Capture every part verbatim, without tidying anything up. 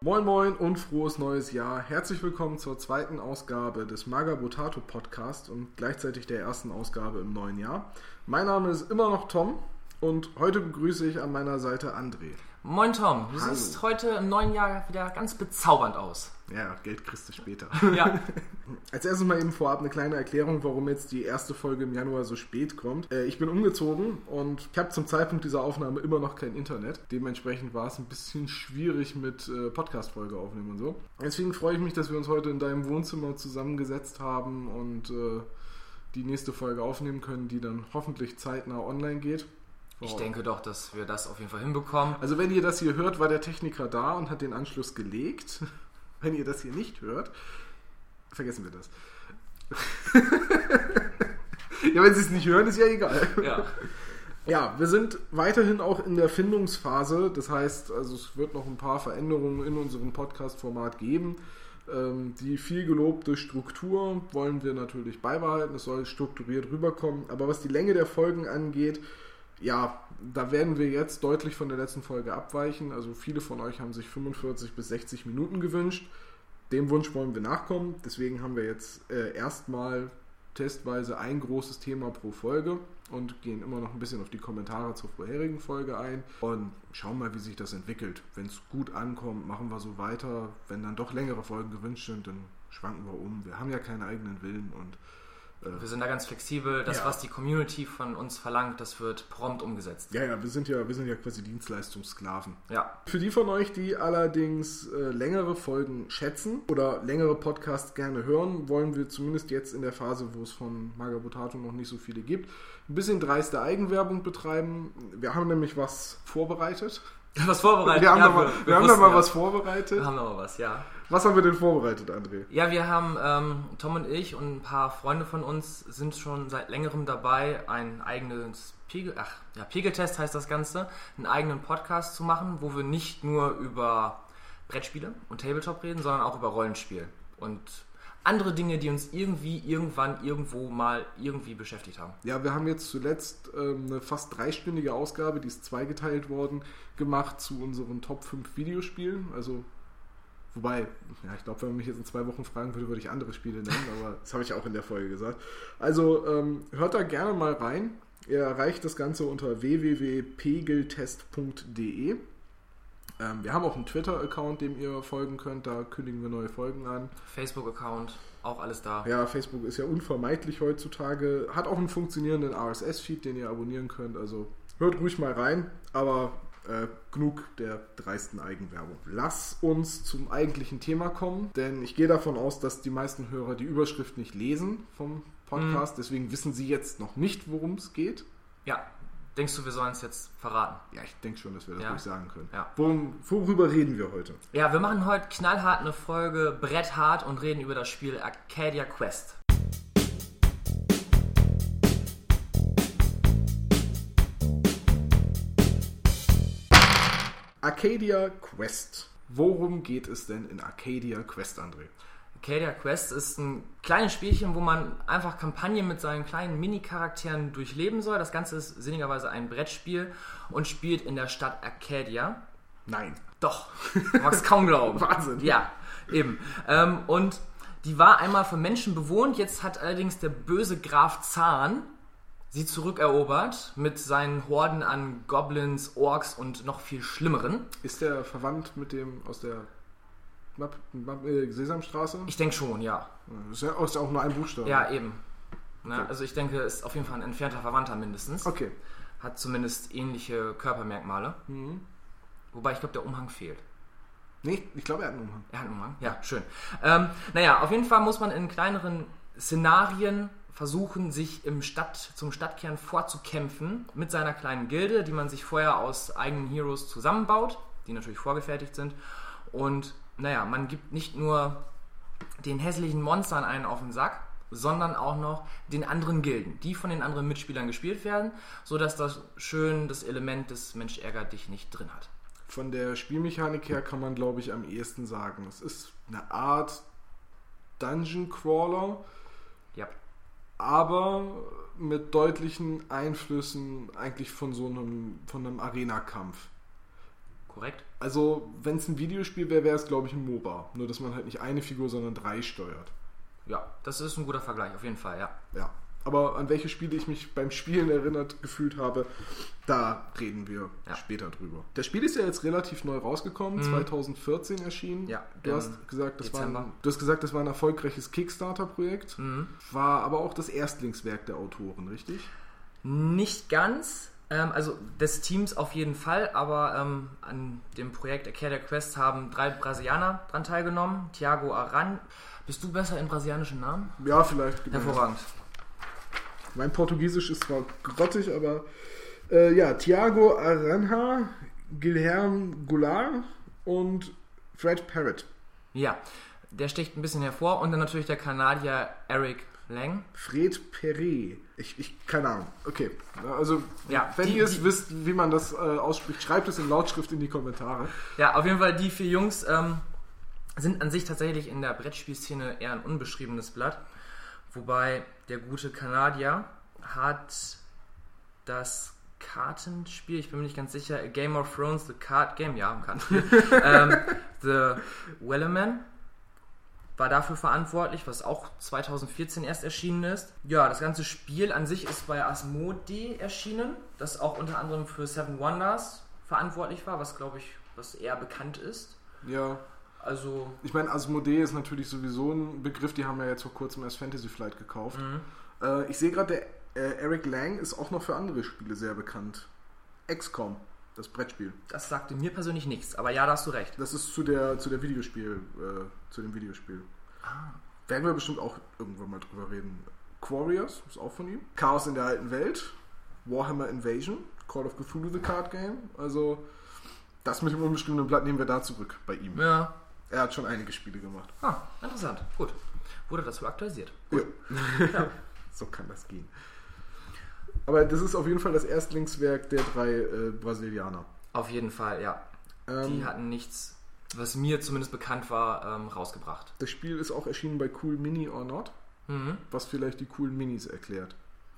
Moin Moin und frohes neues Jahr. Herzlich willkommen zur zweiten Ausgabe des Magabotato Podcast und gleichzeitig der ersten Ausgabe im neuen Jahr. Mein Name ist immer noch Tom und heute begrüße ich an meiner Seite André. Moin Tom, du Hallo. siehst heute im neuen Jahr wieder ganz bezaubernd aus. Ja, Geld kriegst du später. Ja. Als erstes mal eben vorab eine kleine Erklärung, warum jetzt die erste Folge im Januar so spät kommt. Äh, ich bin umgezogen und ich habe zum Zeitpunkt dieser Aufnahme immer noch kein Internet. Dementsprechend war es ein bisschen schwierig mit äh, Podcast-Folge aufnehmen und so. Deswegen freue ich mich, dass wir uns heute in deinem Wohnzimmer zusammengesetzt haben und äh, die nächste Folge aufnehmen können, die dann hoffentlich zeitnah online geht. Ich denke doch, dass wir das auf jeden Fall hinbekommen. Also wenn ihr das hier hört, war der Techniker da und hat den Anschluss gelegt. Wenn ihr das hier nicht hört, vergessen wir das. Ja, wenn sie es nicht hören, ist ja egal. Ja. Ja, wir sind weiterhin auch in der Findungsphase. Das heißt, also es wird noch ein paar Veränderungen in unserem Podcast-Format geben. Ähm, die viel gelobte Struktur wollen wir natürlich beibehalten. Es soll strukturiert rüberkommen. Aber was die Länge der Folgen angeht, ja, da werden wir jetzt deutlich von der letzten Folge abweichen. Also viele von euch haben sich fünfundvierzig bis sechzig Minuten gewünscht. Dem Wunsch wollen wir nachkommen. Deswegen haben wir jetzt äh, erstmal testweise ein großes Thema pro Folge und gehen immer noch ein bisschen auf die Kommentare zur vorherigen Folge ein und schauen mal, wie sich das entwickelt. Wenn es gut ankommt, machen wir so weiter. Wenn dann doch längere Folgen gewünscht sind, dann schwanken wir um. Wir haben ja keinen eigenen Willen und wir sind da ganz flexibel. Das, ja. was die Community von uns verlangt, das wird prompt umgesetzt. Ja, ja, wir sind ja, wir sind ja quasi Dienstleistungssklaven. Ja. Für die von euch, die allerdings äh, längere Folgen schätzen oder längere Podcasts gerne hören, wollen wir zumindest jetzt in der Phase, wo es von Magabotato noch nicht so viele gibt, ein bisschen dreiste Eigenwerbung betreiben. Wir haben nämlich was vorbereitet. Was vorbereitet? Wir haben ja, da mal, wir, wir haben da mal was vorbereitet. Wir haben da mal was, ja. Was haben wir denn vorbereitet, André? Ja, wir haben, ähm, Tom und ich und ein paar Freunde von uns sind schon seit längerem dabei, ein eigenes Pegel, ach, ja, Pegeltest heißt das Ganze, einen eigenen Podcast zu machen, wo wir nicht nur über Brettspiele und Tabletop reden, sondern auch über Rollenspiel und andere Dinge, die uns irgendwie, irgendwann, irgendwo mal irgendwie beschäftigt haben. Ja, wir haben jetzt zuletzt ähm, eine fast dreistündige Ausgabe, die ist zweigeteilt worden, gemacht zu unseren Top fünf Videospielen. Also, wobei, ja, ich glaube, wenn man mich jetzt in zwei Wochen fragen würde, würde ich andere Spiele nennen, aber das habe ich auch in der Folge gesagt. Also, ähm, hört da gerne mal rein. Ihr erreicht das Ganze unter w w w punkt pegeltest punkt d e. Ähm, wir haben auch einen Twitter-Account, dem ihr folgen könnt, da kündigen wir neue Folgen an. Facebook-Account, auch alles da. Ja, Facebook ist ja unvermeidlich heutzutage, hat auch einen funktionierenden R S S-Feed, den ihr abonnieren könnt, also hört ruhig mal rein, aber äh, genug der dreisten Eigenwerbung. Lass uns zum eigentlichen Thema kommen, denn ich gehe davon aus, dass die meisten Hörer die Überschrift nicht lesen vom Podcast, mhm. Deswegen wissen sie jetzt noch nicht, worum es geht. Ja. Denkst du, wir sollen es jetzt verraten? Ja, ich denke schon, dass wir das ja. ruhig sagen können. Ja. Worum, worüber reden wir heute? Ja, wir machen heute knallhart eine Folge Bretthart und reden über das Spiel Arcadia Quest. Arcadia Quest. Worum geht es denn in Arcadia Quest, André? Arcadia Quest ist ein kleines Spielchen, wo man einfach Kampagnen mit seinen kleinen Mini-Charakteren durchleben soll. Das Ganze ist sinnigerweise ein Brettspiel und spielt in der Stadt Arcadia. Nein. Doch, du magst kaum glauben. Wahnsinn. Ja, eben. Ähm, und die war einmal von Menschen bewohnt, jetzt hat allerdings der böse Graf Zahn sie zurückerobert mit seinen Horden an Goblins, Orks und noch viel Schlimmeren. Ist der verwandt mit dem aus der Map, Map, äh, Sesamstraße? Ich denke schon, ja. Ist ja ist auch nur ein Buchstabe. Ja, eben. Na, Okay. Also ich denke, ist auf jeden Fall ein entfernter Verwandter mindestens. Okay. Hat zumindest ähnliche Körpermerkmale. Mhm. Wobei ich glaube, der Umhang fehlt. Nee, ich glaube, er hat einen Umhang. Er hat einen Umhang? Ja, schön. Ähm, naja, auf jeden Fall muss man in kleineren Szenarien versuchen, sich im Stadt, zum Stadtkern vorzukämpfen mit seiner kleinen Gilde, die man sich vorher aus eigenen Heroes zusammenbaut, die natürlich vorgefertigt sind. Und naja, man gibt nicht nur den hässlichen Monstern einen auf den Sack, sondern auch noch den anderen Gilden, die von den anderen Mitspielern gespielt werden, sodass das schön das Element des Mensch ärgert dich nicht drin hat. Von der Spielmechanik her kann man, glaube ich, am ehesten sagen, es ist eine Art Dungeon Crawler, Ja. aber mit deutlichen Einflüssen eigentlich von so einem, von einem Arena-Kampf. korrekt? Also, wenn es ein Videospiel wäre, wäre es, glaube ich, ein MOBA. Nur, dass man halt nicht eine Figur, sondern drei steuert. Ja, das ist ein guter Vergleich, auf jeden Fall, ja. Ja. Aber an welche Spiele ich mich beim Spielen erinnert gefühlt habe, da reden wir ja. später drüber. Das Spiel ist ja jetzt relativ neu rausgekommen, mhm. zwanzig vierzehn erschienen. Ja, du, hast gesagt, das war ein, du hast gesagt, das war ein erfolgreiches Kickstarter-Projekt. Mhm. War aber auch das Erstlingswerk der Autoren, richtig? Nicht ganz. Ähm, also des Teams auf jeden Fall, aber ähm, an dem Projekt Arcadia Quest haben drei Brasilianer dran teilgenommen. Thiago Aran. Bist du besser in brasilianischen Namen? Ja, vielleicht. Hervorragend. Mein Portugiesisch ist zwar grottig, aber äh, ja, Thiago Aranja, Guilherme Goulart und Fred Parrott. Ja, der sticht ein bisschen hervor und dann natürlich der Kanadier Eric Lang. Fred Perret. Ich, ich, keine Ahnung. Okay. Also, ja, wenn die, ihr es die, wisst, wie man das äh, ausspricht, schreibt es in Lautschrift in die Kommentare. Ja, auf jeden Fall, die vier Jungs ähm, sind an sich tatsächlich in der Brettspielszene eher ein unbeschriebenes Blatt. Wobei der gute Kanadier hat das Kartenspiel, ich bin mir nicht ganz sicher, Game of Thrones, The Card Game, ja, ein Kartenspiel, ähm, The Wellerman war dafür verantwortlich, was auch zwanzig vierzehn erst erschienen ist. Ja, das ganze Spiel an sich ist bei Asmodee erschienen, das auch unter anderem für Seven Wonders verantwortlich war, was glaube ich, was eher bekannt ist. Ja. Also, ich meine, Asmodee ist natürlich sowieso ein Begriff, die haben ja jetzt vor kurzem erst Fantasy Flight gekauft. Mhm. Äh, ich sehe gerade, der äh, Eric Lang ist auch noch für andere Spiele sehr bekannt. X COM, das Brettspiel. Das sagte mir persönlich nichts, aber ja, da hast du recht. Das ist zu der zu der Videospiel, äh, zu dem Videospiel. Ah. Werden wir bestimmt auch irgendwann mal drüber reden. Quarriors ist auch von ihm. Chaos in der alten Welt. Warhammer Invasion. Call of Cthulhu The Card Game. Also, das mit dem unbeschriebenen Blatt nehmen wir da zurück bei ihm. Ja. Er hat schon einige Spiele gemacht. Ah, interessant. Gut. Wurde das wohl aktualisiert? Ja. ja. So kann das gehen. Aber das ist auf jeden Fall das Erstlingswerk der drei äh, Brasilianer. Auf jeden Fall, ja. Ähm, Die hatten nichts, was mir zumindest bekannt war, ähm, rausgebracht. Das Spiel ist auch erschienen bei Cool Mini or Not, mhm. was vielleicht die coolen Minis erklärt.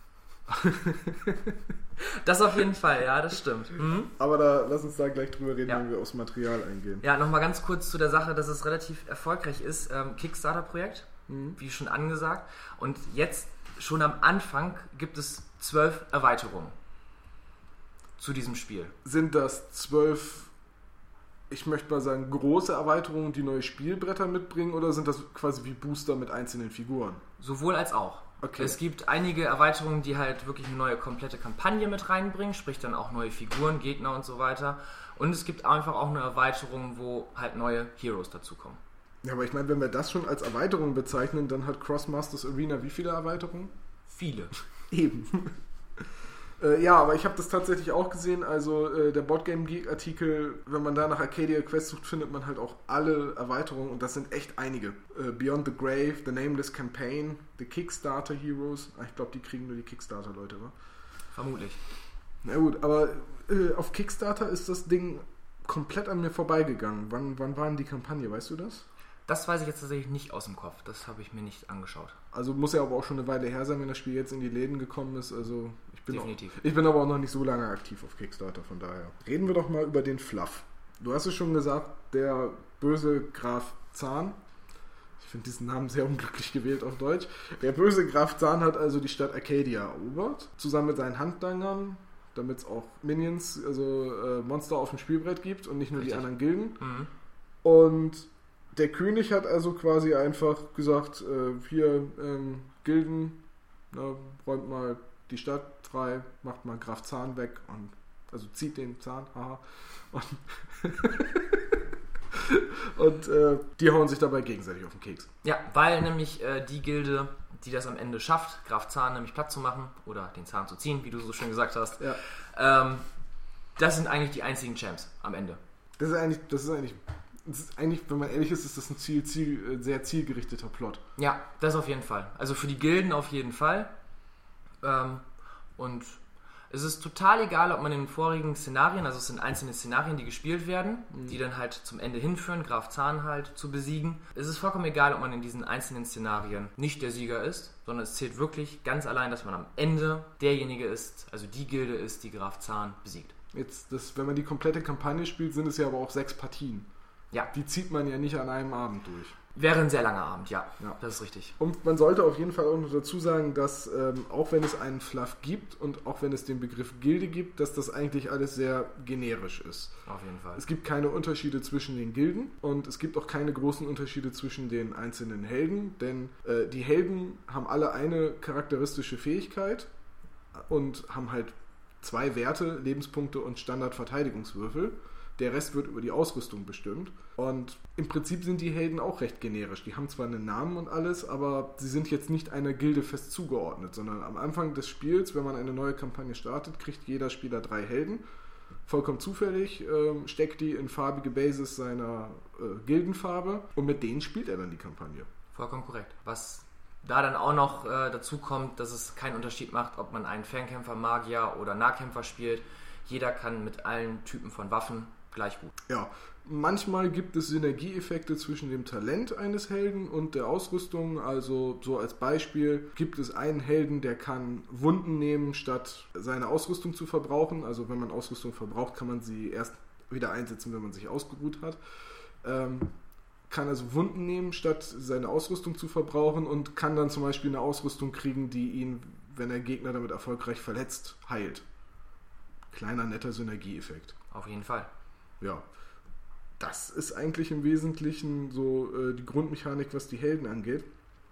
Das auf jeden Fall, ja, das stimmt. Mhm. Aber da lass uns da gleich drüber reden, ja. wenn wir aufs Material eingehen. Ja, nochmal ganz kurz zu der Sache, dass es relativ erfolgreich ist. Ähm, Kickstarter-Projekt, mhm. wie schon angesagt. Und jetzt schon am Anfang gibt es zwölf Erweiterungen zu diesem Spiel. Sind das zwölf, ich möchte mal sagen, große Erweiterungen, die neue Spielbretter mitbringen, oder sind das quasi wie Booster mit einzelnen Figuren? Sowohl als auch. Okay. Es gibt einige Erweiterungen, die halt wirklich eine neue komplette Kampagne mit reinbringen, sprich dann auch neue Figuren, Gegner und so weiter. Und es gibt einfach auch eine Erweiterung, wo halt neue Heroes dazukommen. Ja, aber ich meine, wenn wir das schon als Erweiterung bezeichnen, dann hat Crossmasters Arena wie viele Erweiterungen? Viele. Eben. äh, ja, aber ich habe das tatsächlich auch gesehen. Also äh, der Boardgame Geek Artikel, wenn man da nach Arcadia Quest sucht, findet man halt auch alle Erweiterungen und das sind echt einige. Äh, Beyond the Grave, The Nameless Campaign, The Kickstarter Heroes. Ah, ich glaube, die kriegen nur die Kickstarter-Leute, wa? Vermutlich. Na gut, aber äh, auf Kickstarter ist das Ding komplett an mir vorbeigegangen. Wann, wann war denn die Kampagne, weißt du das? Das weiß ich jetzt tatsächlich nicht aus dem Kopf. Das habe ich mir nicht angeschaut. Also muss ja aber auch schon eine Weile her sein, wenn das Spiel jetzt in die Läden gekommen ist. Also ich bin, Definitiv. Auch, ich bin aber auch noch nicht so lange aktiv auf Kickstarter, von daher. Reden wir doch mal über den Fluff. Du hast es schon gesagt, der böse Graf Zahn. Ich finde diesen Namen sehr unglücklich gewählt auf Deutsch. Der böse Graf Zahn hat also die Stadt Arcadia erobert, zusammen mit seinen Handlangern, damit es auch Minions, also äh, Monster auf dem Spielbrett gibt und nicht nur Richtig. Die anderen Gilden. Mhm. Und der König hat also quasi einfach gesagt, äh, hier ähm, Gilden, na, räumt mal die Stadt frei, macht mal Graf Zahn weg und also zieht den Zahn, haha. Und, und äh, die hauen sich dabei gegenseitig auf den Keks. Ja, weil nämlich äh, die Gilde, die das am Ende schafft, Graf Zahn nämlich platt zu machen oder den Zahn zu ziehen, wie du so schön gesagt hast, ja. ähm, das sind eigentlich die einzigen Champs am Ende. Das ist eigentlich, das ist eigentlich Das ist eigentlich, wenn man ehrlich ist, ist das ein Ziel, Ziel, sehr zielgerichteter Plot. Ja, das auf jeden Fall. Also für die Gilden auf jeden Fall. Ähm, und es ist total egal, ob man in den vorigen Szenarien, also es sind einzelne Szenarien, die gespielt werden, mhm. die dann halt zum Ende hinführen, Graf Zahn halt zu besiegen. Es ist vollkommen egal, ob man in diesen einzelnen Szenarien nicht der Sieger ist, sondern es zählt wirklich ganz allein, dass man am Ende derjenige ist, also die Gilde ist, die Graf Zahn besiegt. Jetzt, das, wenn man die komplette Kampagne spielt, sind es ja aber auch sechs Partien. Ja. Die zieht man ja nicht an einem Abend durch. Wäre ein sehr langer Abend, ja. Ja. Das ist richtig. Und man sollte auf jeden Fall auch noch dazu sagen, dass ähm, auch wenn es einen Fluff gibt und auch wenn es den Begriff Gilde gibt, dass das eigentlich alles sehr generisch ist. Auf jeden Fall. Es gibt keine Unterschiede zwischen den Gilden und es gibt auch keine großen Unterschiede zwischen den einzelnen Helden, denn äh, die Helden haben alle eine charakteristische Fähigkeit und haben halt zwei Werte, Lebenspunkte und Standardverteidigungswürfel. Der Rest wird über die Ausrüstung bestimmt. Und im Prinzip sind die Helden auch recht generisch. Die haben zwar einen Namen und alles, aber sie sind jetzt nicht einer Gilde fest zugeordnet, sondern am Anfang des Spiels, wenn man eine neue Kampagne startet, kriegt jeder Spieler drei Helden. Vollkommen zufällig, ähm, steckt die in farbige Bases seiner äh, Gildenfarbe und mit denen spielt er dann die Kampagne. Vollkommen korrekt. Was da dann auch noch äh, dazu kommt, dass es keinen Unterschied macht, ob man einen Fernkämpfer, Magier oder Nahkämpfer spielt. Jeder kann mit allen Typen von Waffen gleich gut. Ja, manchmal gibt es Synergieeffekte zwischen dem Talent eines Helden und der Ausrüstung. Also so als Beispiel gibt es einen Helden, der kann Wunden nehmen, statt seine Ausrüstung zu verbrauchen. Also wenn man Ausrüstung verbraucht, kann man sie erst wieder einsetzen, wenn man sich ausgeruht hat. Ähm, kann also Wunden nehmen, statt seine Ausrüstung zu verbrauchen und kann dann zum Beispiel eine Ausrüstung kriegen, die ihn, wenn der Gegner damit erfolgreich verletzt, heilt. Kleiner, netter Synergieeffekt. Auf jeden Fall. Ja, das ist eigentlich im Wesentlichen so äh, die Grundmechanik, was die Helden angeht.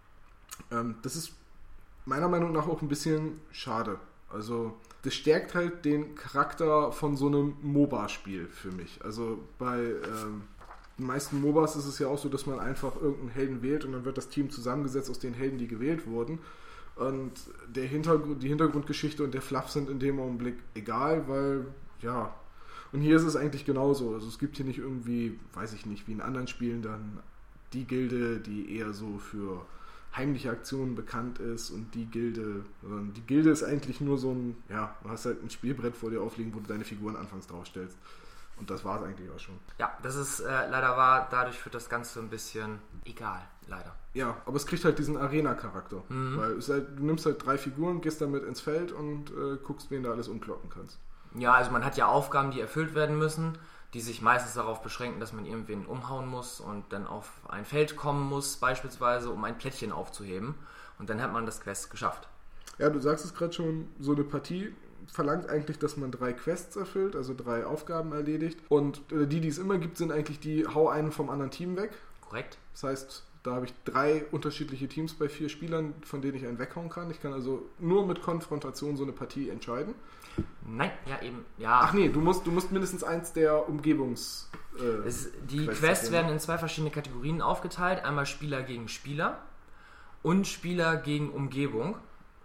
Ähm, das ist meiner Meinung nach auch ein bisschen schade. Also das stärkt halt den Charakter von so einem MOBA-Spiel für mich. Also bei ähm, den meisten MOBAs ist es ja auch so, dass man einfach irgendeinen Helden wählt und dann wird das Team zusammengesetzt aus den Helden, die gewählt wurden. Und der Hintergrund, die Hintergrundgeschichte und der Fluff sind in dem Augenblick egal, weil, ja... Und hier ist es eigentlich genauso. Also es gibt hier nicht irgendwie, weiß ich nicht, wie in anderen Spielen dann die Gilde, die eher so für heimliche Aktionen bekannt ist und die Gilde, sondern die Gilde ist eigentlich nur so ein, ja, du hast halt ein Spielbrett vor dir aufliegen, wo du deine Figuren anfangs draufstellst. Und das war es eigentlich auch schon. Ja, das ist äh, leider wahr. Dadurch wird das Ganze ein bisschen egal, leider. Ja, aber es kriegt halt diesen Arena-Charakter. Mhm. Weil es halt, du nimmst halt drei Figuren, gehst damit ins Feld und äh, guckst, wen du alles umkloppen kannst. Ja, also man hat ja Aufgaben, die erfüllt werden müssen, die sich meistens darauf beschränken, dass man irgendwen umhauen muss und dann auf ein Feld kommen muss, beispielsweise, um ein Plättchen aufzuheben. Und dann hat man das Quest geschafft. Ja, du sagst es gerade schon, so eine Partie verlangt eigentlich, dass man drei Quests erfüllt, also drei Aufgaben erledigt. Und äh, die, die es immer gibt, sind eigentlich die, hau einen vom anderen Team weg. Korrekt. Das heißt, da habe ich drei unterschiedliche Teams bei vier Spielern, von denen ich einen weghauen kann. Ich kann also nur mit Konfrontation so eine Partie entscheiden. Nein, ja eben, ja. Ach nee, du musst, du musst mindestens eins der Umgebungs... Äh, es, die Quests, Quests werden in zwei verschiedene Kategorien aufgeteilt. Einmal Spieler gegen Spieler und Spieler gegen Umgebung.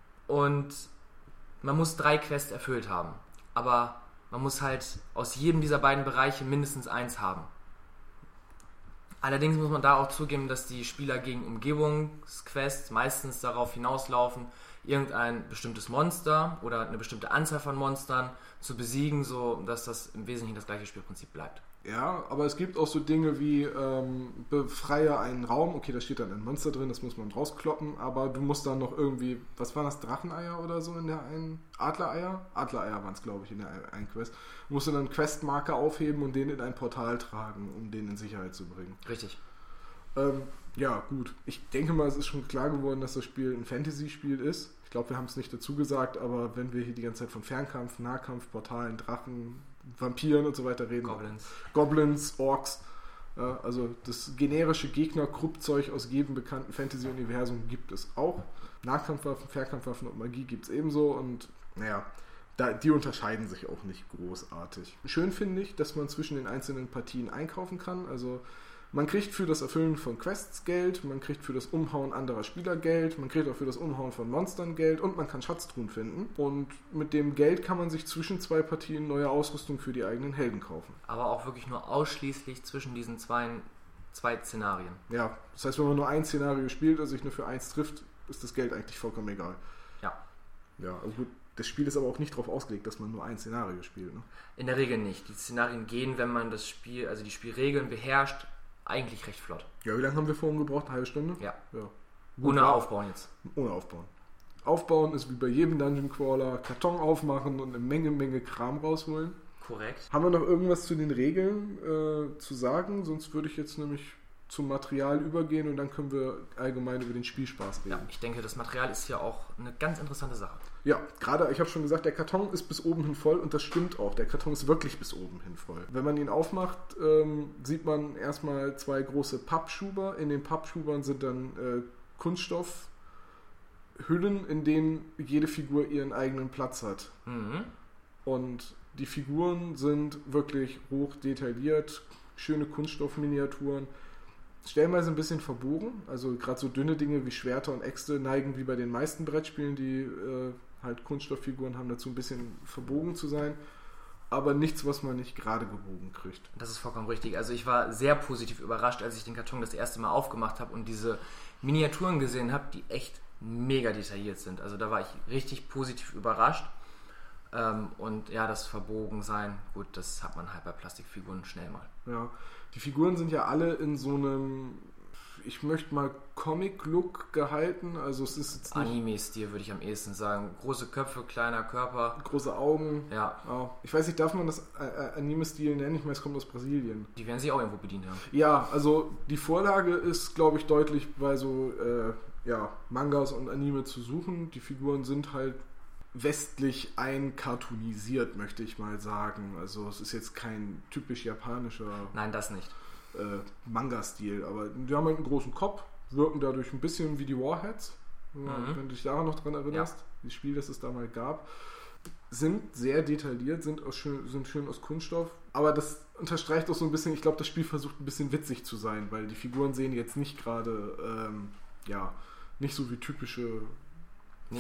Und man muss drei Quests erfüllt haben. Aber man muss halt aus jedem dieser beiden Bereiche mindestens eins haben. Allerdings muss man da auch zugeben, dass die Spieler gegen Umgebungsquests meistens darauf hinauslaufen, irgendein bestimmtes Monster oder eine bestimmte Anzahl von Monstern zu besiegen, so dass das im Wesentlichen das gleiche Spielprinzip bleibt. Ja, aber es gibt auch so Dinge wie ähm, befreie einen Raum, okay, da steht dann ein Monster drin, das muss man rauskloppen, aber du musst dann noch irgendwie, was waren das, Dracheneier oder so in der einen, Adlereier? Adlereier waren es, glaube ich, in der einen Quest. Du musst dann einen Questmarker aufheben und den in ein Portal tragen, um den in Sicherheit zu bringen. Richtig. Ähm, ja, gut. Ich denke mal, es ist schon klar geworden, dass das Spiel ein Fantasy-Spiel ist. Ich glaube, wir haben es nicht dazu gesagt, aber wenn wir hier die ganze Zeit von Fernkampf, Nahkampf, Portalen, Drachen, Vampiren und so weiter reden. Goblins. Goblins, Orks. Ja, also das generische Gegner-Kruppzeug aus jedem bekannten Fantasy-Universum gibt es auch. Nahkampfwaffen, Fernkampfwaffen und Magie gibt es ebenso und naja, da, die unterscheiden sich auch nicht großartig. Schön finde ich, dass man zwischen den einzelnen Partien einkaufen kann. Also man kriegt für das Erfüllen von Quests Geld, man kriegt für das Umhauen anderer Spieler Geld, man kriegt auch für das Umhauen von Monstern Geld und man kann Schatztruhen finden. Und mit dem Geld kann man sich zwischen zwei Partien neue Ausrüstung für die eigenen Helden kaufen. Aber auch wirklich nur ausschließlich zwischen diesen zwei, zwei Szenarien. Ja, das heißt, wenn man nur ein Szenario spielt und sich nur für eins trifft, ist das Geld eigentlich vollkommen egal. Ja. Ja, also gut. Das Spiel ist aber auch nicht darauf ausgelegt, dass man nur ein Szenario spielt. Ne? In der Regel nicht. Die Szenarien gehen, wenn man das Spiel, also die Spielregeln beherrscht, eigentlich recht flott. Ja, wie lange haben wir vorhin gebraucht? Eine halbe Stunde? Ja. ja. Ohne Aufbauen jetzt. Ohne Aufbauen. Aufbauen ist wie bei jedem Dungeon Crawler, Karton aufmachen und eine Menge, Menge Kram rausholen. Korrekt. Haben wir noch irgendwas zu den Regeln äh, zu sagen? Sonst würde ich jetzt nämlich zum Material übergehen und dann können wir allgemein über den Spielspaß reden. Ja, ich denke, das Material ist ja auch eine ganz interessante Sache. Ja, gerade, ich habe schon gesagt, der Karton ist bis oben hin voll und das stimmt auch. Der Karton ist wirklich bis oben hin voll. Wenn man ihn aufmacht, ähm, sieht man erstmal zwei große Pappschuber. In den Pappschubern sind dann äh, Kunststoffhüllen, in denen jede Figur ihren eigenen Platz hat. Mhm. Und die Figuren sind wirklich hoch detailliert, schöne Kunststoffminiaturen. Stellenweise ein bisschen verbogen, also gerade so dünne Dinge wie Schwerter und Äxte neigen wie bei den meisten Brettspielen, die äh, halt Kunststofffiguren haben, dazu ein bisschen verbogen zu sein, aber nichts, was man nicht gerade gebogen kriegt. Das ist vollkommen richtig. Also ich war sehr positiv überrascht, als ich den Karton das erste Mal aufgemacht habe und diese Miniaturen gesehen habe, die echt mega detailliert sind. Also da war ich richtig positiv überrascht. Ähm, und ja, das Verbogensein, gut, das hat man halt bei Plastikfiguren schnell mal. Ja, die Figuren sind ja alle in so einem, ich möchte mal Comic-Look gehalten, also es ist jetzt nicht... Anime-Stil würde ich am ehesten sagen. Große Köpfe, kleiner Körper. Große Augen. Ja. Ja. Ich weiß nicht, darf man das äh, Anime-Stil nennen? Ich meine, es kommt aus Brasilien. Die werden sich auch irgendwo bedient haben. Ja, also die Vorlage ist, glaube ich, deutlich bei so äh, ja, Mangas und Anime zu suchen. Die Figuren sind halt westlich einkartonisiert, möchte ich mal sagen. Also es ist jetzt kein typisch japanischer Nein, das nicht. äh, Manga-Stil, aber die haben halt einen großen Kopf, wirken dadurch ein bisschen wie die Warheads, wenn, man, Mhm. wenn du dich daran noch dran erinnerst, Ja. das Spiel, das es damals gab, sind sehr detailliert, sind, aus schön, sind schön aus Kunststoff, aber das unterstreicht auch so ein bisschen, ich glaube, das Spiel versucht ein bisschen witzig zu sein, weil die Figuren sehen jetzt nicht gerade, ähm, ja, nicht so wie typische Nee,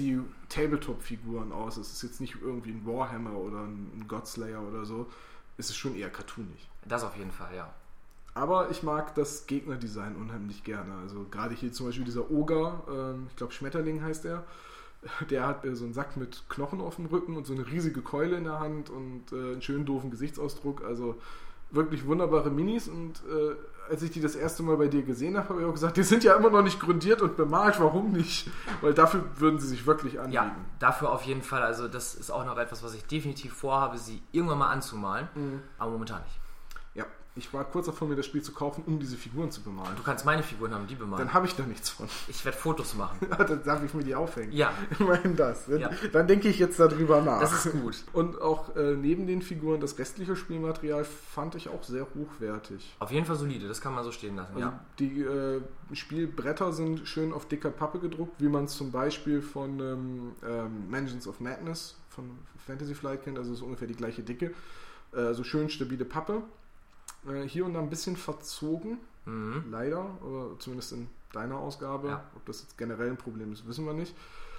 Fantasy-Tabletop-Figuren aus. Es ist jetzt nicht irgendwie ein Warhammer oder ein Godslayer oder so. Es ist schon eher cartoonig. Das auf jeden Fall, ja. Aber ich mag das Gegnerdesign unheimlich gerne. Also gerade hier zum Beispiel dieser Oger, ähm, ich glaube Schmetterling heißt er, der hat äh, so einen Sack mit Knochen auf dem Rücken und so eine riesige Keule in der Hand und äh, einen schönen doofen Gesichtsausdruck. Also wirklich wunderbare Minis und äh, als ich die das erste Mal bei dir gesehen habe, habe ich auch gesagt, die sind ja immer noch nicht grundiert und bemalt, warum nicht? Weil dafür würden sie sich wirklich anbieten. Ja, dafür auf jeden Fall. Also das ist auch noch etwas, was ich definitiv vorhabe, sie irgendwann mal anzumalen, Mhm. aber momentan nicht. Ja, ich war kurz davor, mir das Spiel zu kaufen, um diese Figuren zu bemalen. Du kannst meine Figuren haben, die bemalen. Dann habe ich da nichts von. Ich werde Fotos machen. Dann darf ich mir die aufhängen. Ja. Immerhin das. Dann, Ja. dann denke ich jetzt darüber nach. Das ist gut. Und auch äh, neben den Figuren, das restliche Spielmaterial fand ich auch sehr hochwertig. Auf jeden Fall solide, das kann man so stehen lassen. Also Ja. die äh, Spielbretter sind schön auf dicker Pappe gedruckt, wie man es zum Beispiel von ähm, ähm, Mansions of Madness von Fantasy Flight kennt, also ist ungefähr die gleiche Dicke. Äh, so schön stabile Pappe. Äh, hier und da ein bisschen verzogen, Mhm. leider, oder zumindest in deiner Ausgabe. Ja. Ob das jetzt generell ein Problem ist, wissen wir nicht.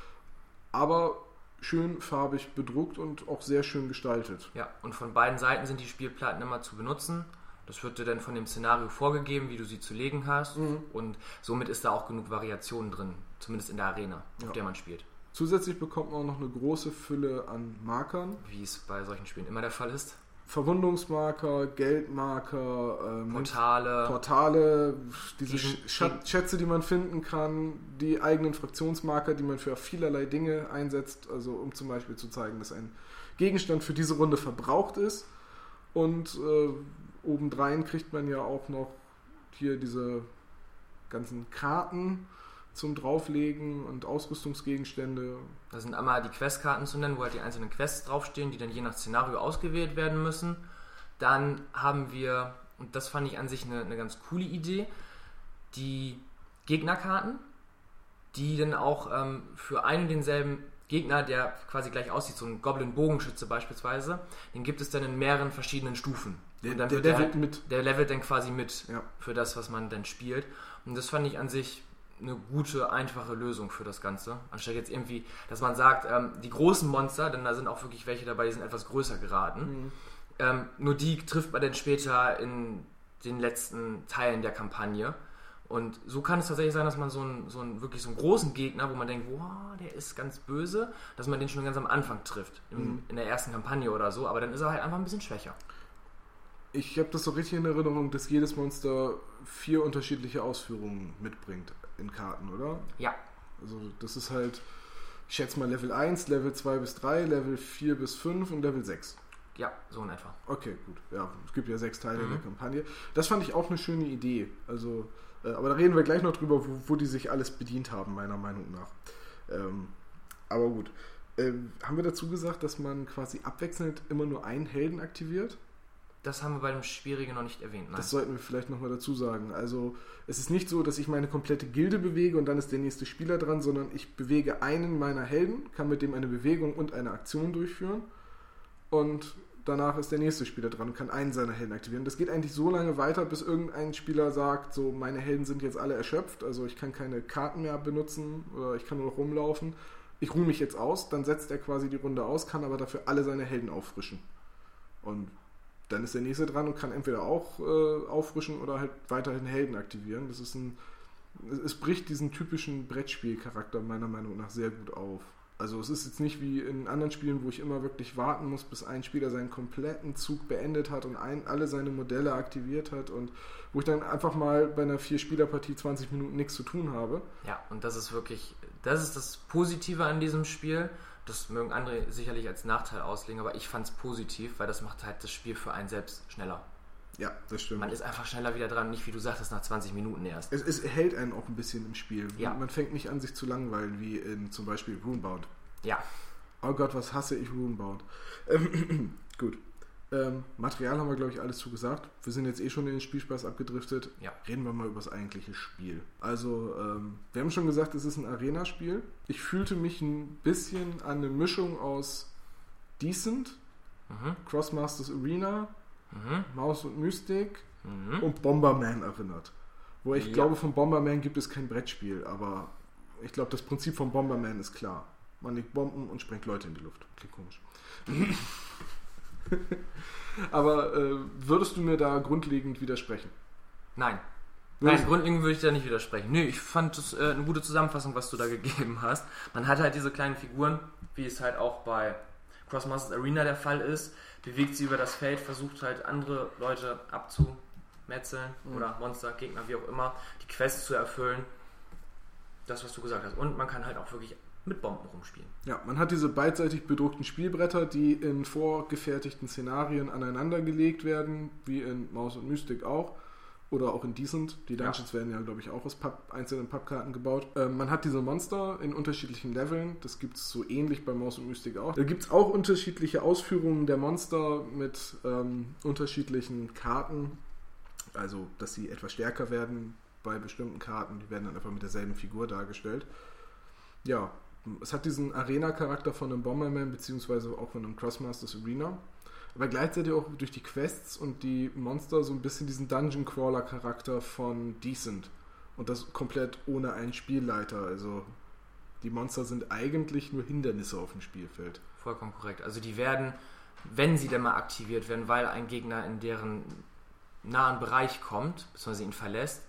Aber schön farbig bedruckt und auch sehr schön gestaltet. Ja, und von beiden Seiten sind die Spielplatten immer zu benutzen. Das wird dir dann von dem Szenario vorgegeben, wie du sie zu legen hast. Mhm. Und somit ist da auch genug Variation drin, zumindest in der Arena, auf Ja. der man spielt. Zusätzlich bekommt man auch noch eine große Fülle an Markern. Wie es bei solchen Spielen immer der Fall ist. Verwundungsmarker, Geldmarker, ähm, Portale. Portale, diese Gegen- Sch- Schätze, die man finden kann, die eigenen Fraktionsmarker, die man für vielerlei Dinge einsetzt, also um zum Beispiel zu zeigen, dass ein Gegenstand für diese Runde verbraucht ist. Und äh, obendrein kriegt man ja auch noch hier diese ganzen Karten zum Drauflegen und Ausrüstungsgegenstände. Da sind einmal die Questkarten zu nennen, wo halt die einzelnen Quests draufstehen, die dann je nach Szenario ausgewählt werden müssen. Dann haben wir, und das fand ich an sich eine, eine ganz coole Idee, die Gegnerkarten, die dann auch ähm, für einen und denselben Gegner, der quasi gleich aussieht, so ein Goblin-Bogenschütze beispielsweise, den gibt es dann in mehreren verschiedenen Stufen. Der- Und dann der wird der, levelt halt, mit. der levelt dann quasi mit Ja. für das, was man dann spielt. Und das fand ich an sich eine gute, einfache Lösung für das Ganze. Anstatt jetzt irgendwie, dass man sagt, ähm, die großen Monster, denn da sind auch wirklich welche dabei, die sind etwas größer geraten. Mhm. Ähm, nur die trifft man dann später in den letzten Teilen der Kampagne. Und so kann es tatsächlich sein, dass man so einen, so einen wirklich so einen großen Gegner, wo man denkt, wow, der ist ganz böse, dass man den schon ganz am Anfang trifft, im, Mhm. in der ersten Kampagne oder so, aber dann ist er halt einfach ein bisschen schwächer. Ich habe das so richtig in Erinnerung, dass jedes Monster vier unterschiedliche Ausführungen mitbringt in Karten, oder? Ja, Also das ist halt, ich schätze mal Level eins, Level zwei bis drei, Level vier bis fünf und Level sechs. Ja, so in etwa. Okay, gut. Ja, es gibt ja sechs Teile Mhm. in der Kampagne. Das fand ich auch eine schöne Idee. Also, äh, aber da reden wir gleich noch drüber, wo, wo die sich alles bedient haben, meiner Meinung nach. Ähm, aber gut. Ähm, haben wir dazu gesagt, dass man quasi abwechselnd immer nur einen Helden aktiviert? Das haben wir bei dem Schwierigen noch nicht erwähnt. Nein. Das sollten wir vielleicht nochmal dazu sagen. Also es ist nicht so, dass ich meine komplette Gilde bewege und dann ist der nächste Spieler dran, sondern ich bewege einen meiner Helden, kann mit dem eine Bewegung und eine Aktion durchführen und danach ist der nächste Spieler dran und kann einen seiner Helden aktivieren. Das geht eigentlich so lange weiter, bis irgendein Spieler sagt, so meine Helden sind jetzt alle erschöpft, also ich kann keine Karten mehr benutzen oder ich kann nur noch rumlaufen. Ich ruhe mich jetzt aus, dann setzt er quasi die Runde aus, kann aber dafür alle seine Helden auffrischen. Und dann ist der nächste dran und kann entweder auch äh, auffrischen oder halt weiterhin Helden aktivieren. Das ist ein, es bricht diesen typischen Brettspielcharakter meiner Meinung nach sehr gut auf. Also es ist jetzt nicht wie in anderen Spielen, wo ich immer wirklich warten muss, bis ein Spieler seinen kompletten Zug beendet hat und ein, alle seine Modelle aktiviert hat und wo ich dann einfach mal bei einer vier-Spieler-Partie zwanzig Minuten nichts zu tun habe. Ja, und das ist wirklich, das ist das Positive an diesem Spiel. Das mögen andere sicherlich als Nachteil auslegen, aber ich fand es positiv, weil das macht halt das Spiel für einen selbst schneller. Ja, das stimmt. Man ist einfach schneller wieder dran, nicht wie du sagtest, nach zwanzig Minuten erst. Es, es hält einen auch ein bisschen im Spiel. Ja. Man fängt nicht an, sich zu langweilen, wie in zum Beispiel Runebound. Ja. Oh Gott, was hasse ich Runebound. Ähm, gut. Ähm, Material haben wir, glaube ich, alles zugesagt. Wir sind jetzt eh schon in den Spielspaß abgedriftet. Ja. Reden wir mal über das eigentliche Spiel. Also, ähm, wir haben schon gesagt, es ist ein Arena-Spiel. Ich fühlte mich ein bisschen an eine Mischung aus Decent, Mhm. Crossmasters Arena, Mhm. Maus und Mystic Mhm. und Bomberman erinnert. Wo ich Ja. glaube, von Bomberman gibt es kein Brettspiel, aber ich glaube, das Prinzip von Bomberman ist klar. Man legt Bomben und sprengt Leute in die Luft. Klingt komisch. Aber äh, würdest du mir da grundlegend widersprechen? Nein. Würdest- Nein, grundlegend würde ich da nicht widersprechen. Nö, ich fand das äh, eine gute Zusammenfassung, was du da gegeben hast. Man hat halt diese kleinen Figuren, wie es halt auch bei Crossmasters Arena der Fall ist, bewegt sie über das Feld, versucht halt andere Leute abzumetzeln Mhm. oder Monster, Gegner, wie auch immer, die Quests zu erfüllen. Das, was du gesagt hast. Und man kann halt auch wirklich mit Bomben rumspielen. Ja, man hat diese beidseitig bedruckten Spielbretter, die in vorgefertigten Szenarien aneinander gelegt werden, wie in Maus und Mystic auch. Oder auch in Decent. Die Dungeons ja. werden ja, glaube ich, auch aus Papp, einzelnen Pappkarten gebaut. Ähm, man hat diese Monster in unterschiedlichen Leveln. Das gibt es so ähnlich bei Maus und Mystic auch. Da gibt es auch unterschiedliche Ausführungen der Monster mit ähm, unterschiedlichen Karten. Also, dass sie etwas stärker werden bei bestimmten Karten. Die werden dann einfach mit derselben Figur dargestellt. Ja, es hat diesen Arena-Charakter von einem Bomberman beziehungsweise auch von einem Crossmasters Arena. Aber gleichzeitig auch durch die Quests und die Monster so ein bisschen diesen Dungeon-Crawler-Charakter von Decent. Und das komplett ohne einen Spielleiter. Also die Monster sind eigentlich nur Hindernisse auf dem Spielfeld. Vollkommen korrekt. Also die werden, wenn sie denn mal aktiviert werden, weil ein Gegner in deren nahen Bereich kommt, beziehungsweise ihn verlässt,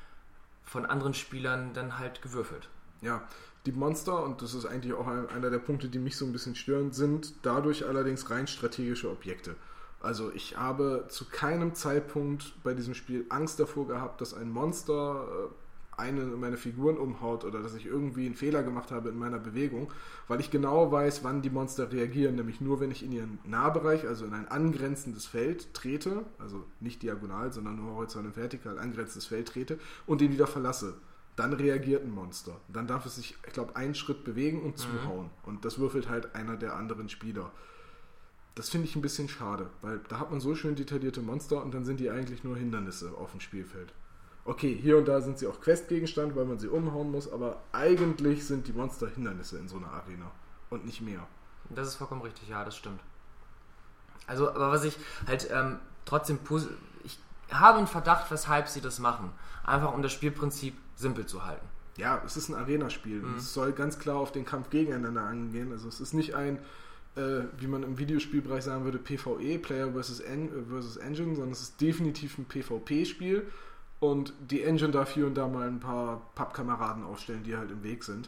von anderen Spielern dann halt gewürfelt. Ja, die Monster, und das ist eigentlich auch ein, einer der Punkte, die mich so ein bisschen stören, sind dadurch allerdings rein strategische Objekte. Also ich habe zu keinem Zeitpunkt bei diesem Spiel Angst davor gehabt, dass ein Monster äh, eine meiner Figuren umhaut oder dass ich irgendwie einen Fehler gemacht habe in meiner Bewegung, weil ich genau weiß, wann die Monster reagieren, nämlich nur, wenn ich in ihren Nahbereich, also in ein angrenzendes Feld trete, also nicht diagonal, sondern nur horizontal und vertikal angrenzendes Feld trete und den wieder verlasse. Dann reagiert ein Monster. Dann darf es sich, ich glaube, einen Schritt bewegen und zuhauen. Mhm. Und das würfelt halt einer der anderen Spieler. Das finde ich ein bisschen schade, weil da hat man so schön detaillierte Monster und dann sind die eigentlich nur Hindernisse auf dem Spielfeld. Okay, hier und da sind sie auch Questgegenstand, weil man sie umhauen muss, aber eigentlich sind die Monster Hindernisse in so einer Arena und nicht mehr. Das ist vollkommen richtig, ja, das stimmt. Also, aber was ich halt ähm, trotzdem positiv... Ich habe einen Verdacht, weshalb sie das machen. Einfach um das Spielprinzip simpel zu halten. Ja, es ist ein Arena-Spiel. Mhm. Es soll ganz klar auf den Kampf gegeneinander angehen. Also es ist nicht ein, äh, wie man im Videospielbereich sagen würde, PvE, Player versus, En- versus Engine, sondern es ist definitiv ein PvP-Spiel und die Engine darf hier und da mal ein paar Pappkameraden aufstellen, die halt im Weg sind.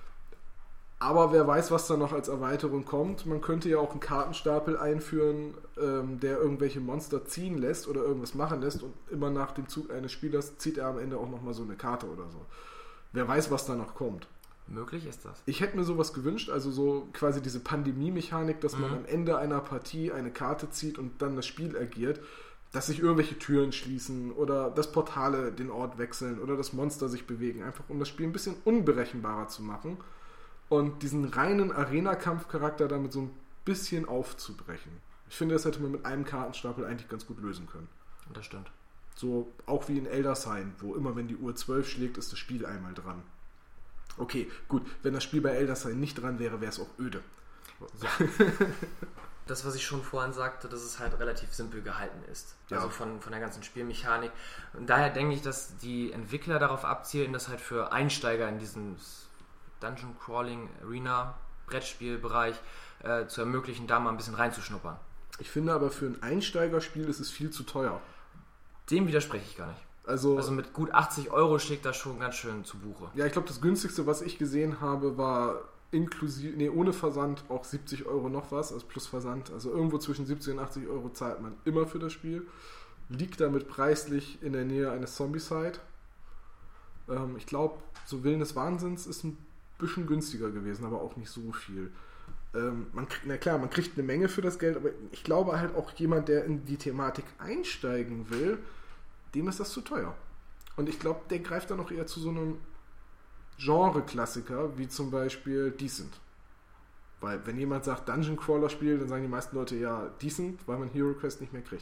Aber wer weiß, was da noch als Erweiterung kommt. Man könnte ja auch einen Kartenstapel einführen, ähm, der irgendwelche Monster ziehen lässt oder irgendwas machen lässt und immer nach dem Zug eines Spielers zieht er am Ende auch nochmal so eine Karte oder so. Wer weiß, was da noch kommt. Möglich ist das. Ich hätte mir sowas gewünscht, also so quasi diese Pandemie-Mechanik, dass man Mhm. am Ende einer Partie eine Karte zieht und dann das Spiel agiert, dass sich irgendwelche Türen schließen oder dass Portale den Ort wechseln oder dass Monster sich bewegen, einfach um das Spiel ein bisschen unberechenbarer zu machen und diesen reinen Arena-Kampf-Charakter damit so ein bisschen aufzubrechen. Ich finde, das hätte man mit einem Kartenstapel eigentlich ganz gut lösen können. Das stimmt. So auch wie in Elder Sign, wo immer wenn die Uhr zwölf schlägt, ist das Spiel einmal dran. Okay, gut, wenn das Spiel bei Elder Sign nicht dran wäre, wäre es auch öde. Ja. Das, was ich schon vorhin sagte, dass es halt relativ simpel gehalten ist. Ja. Also von, von der ganzen Spielmechanik. Und daher denke ich, dass die Entwickler darauf abzielen, das halt für Einsteiger in diesen Dungeon Crawling Arena Brettspielbereich äh, zu ermöglichen, da mal ein bisschen reinzuschnuppern. Ich finde aber für ein Einsteigerspiel ist es viel zu teuer. Dem widerspreche ich gar nicht. Also, Also mit gut achtzig Euro schlägt das schon ganz schön zu Buche. ja, ich glaube, das günstigste, was ich gesehen habe, war inklusive, nee, ohne Versand auch siebzig Euro noch was, also plus Versand. Also irgendwo zwischen siebzig und achtzig Euro zahlt man immer für das Spiel. Liegt damit preislich in der Nähe eines Zombicide. Ähm, ich glaube, so Willen des Wahnsinns ist ein bisschen günstiger gewesen, aber auch nicht so viel. Ähm, man, kriegt- na klar, man kriegt eine Menge für das Geld, aber ich glaube halt auch jemand, der in die Thematik einsteigen will, dem ist das zu teuer. Und ich glaube, der greift dann auch eher zu so einem Genre-Klassiker, wie zum Beispiel Decent. Weil wenn jemand sagt Dungeon Crawler Spiel, dann sagen die meisten Leute ja Decent, weil man Hero Quest nicht mehr kriegt.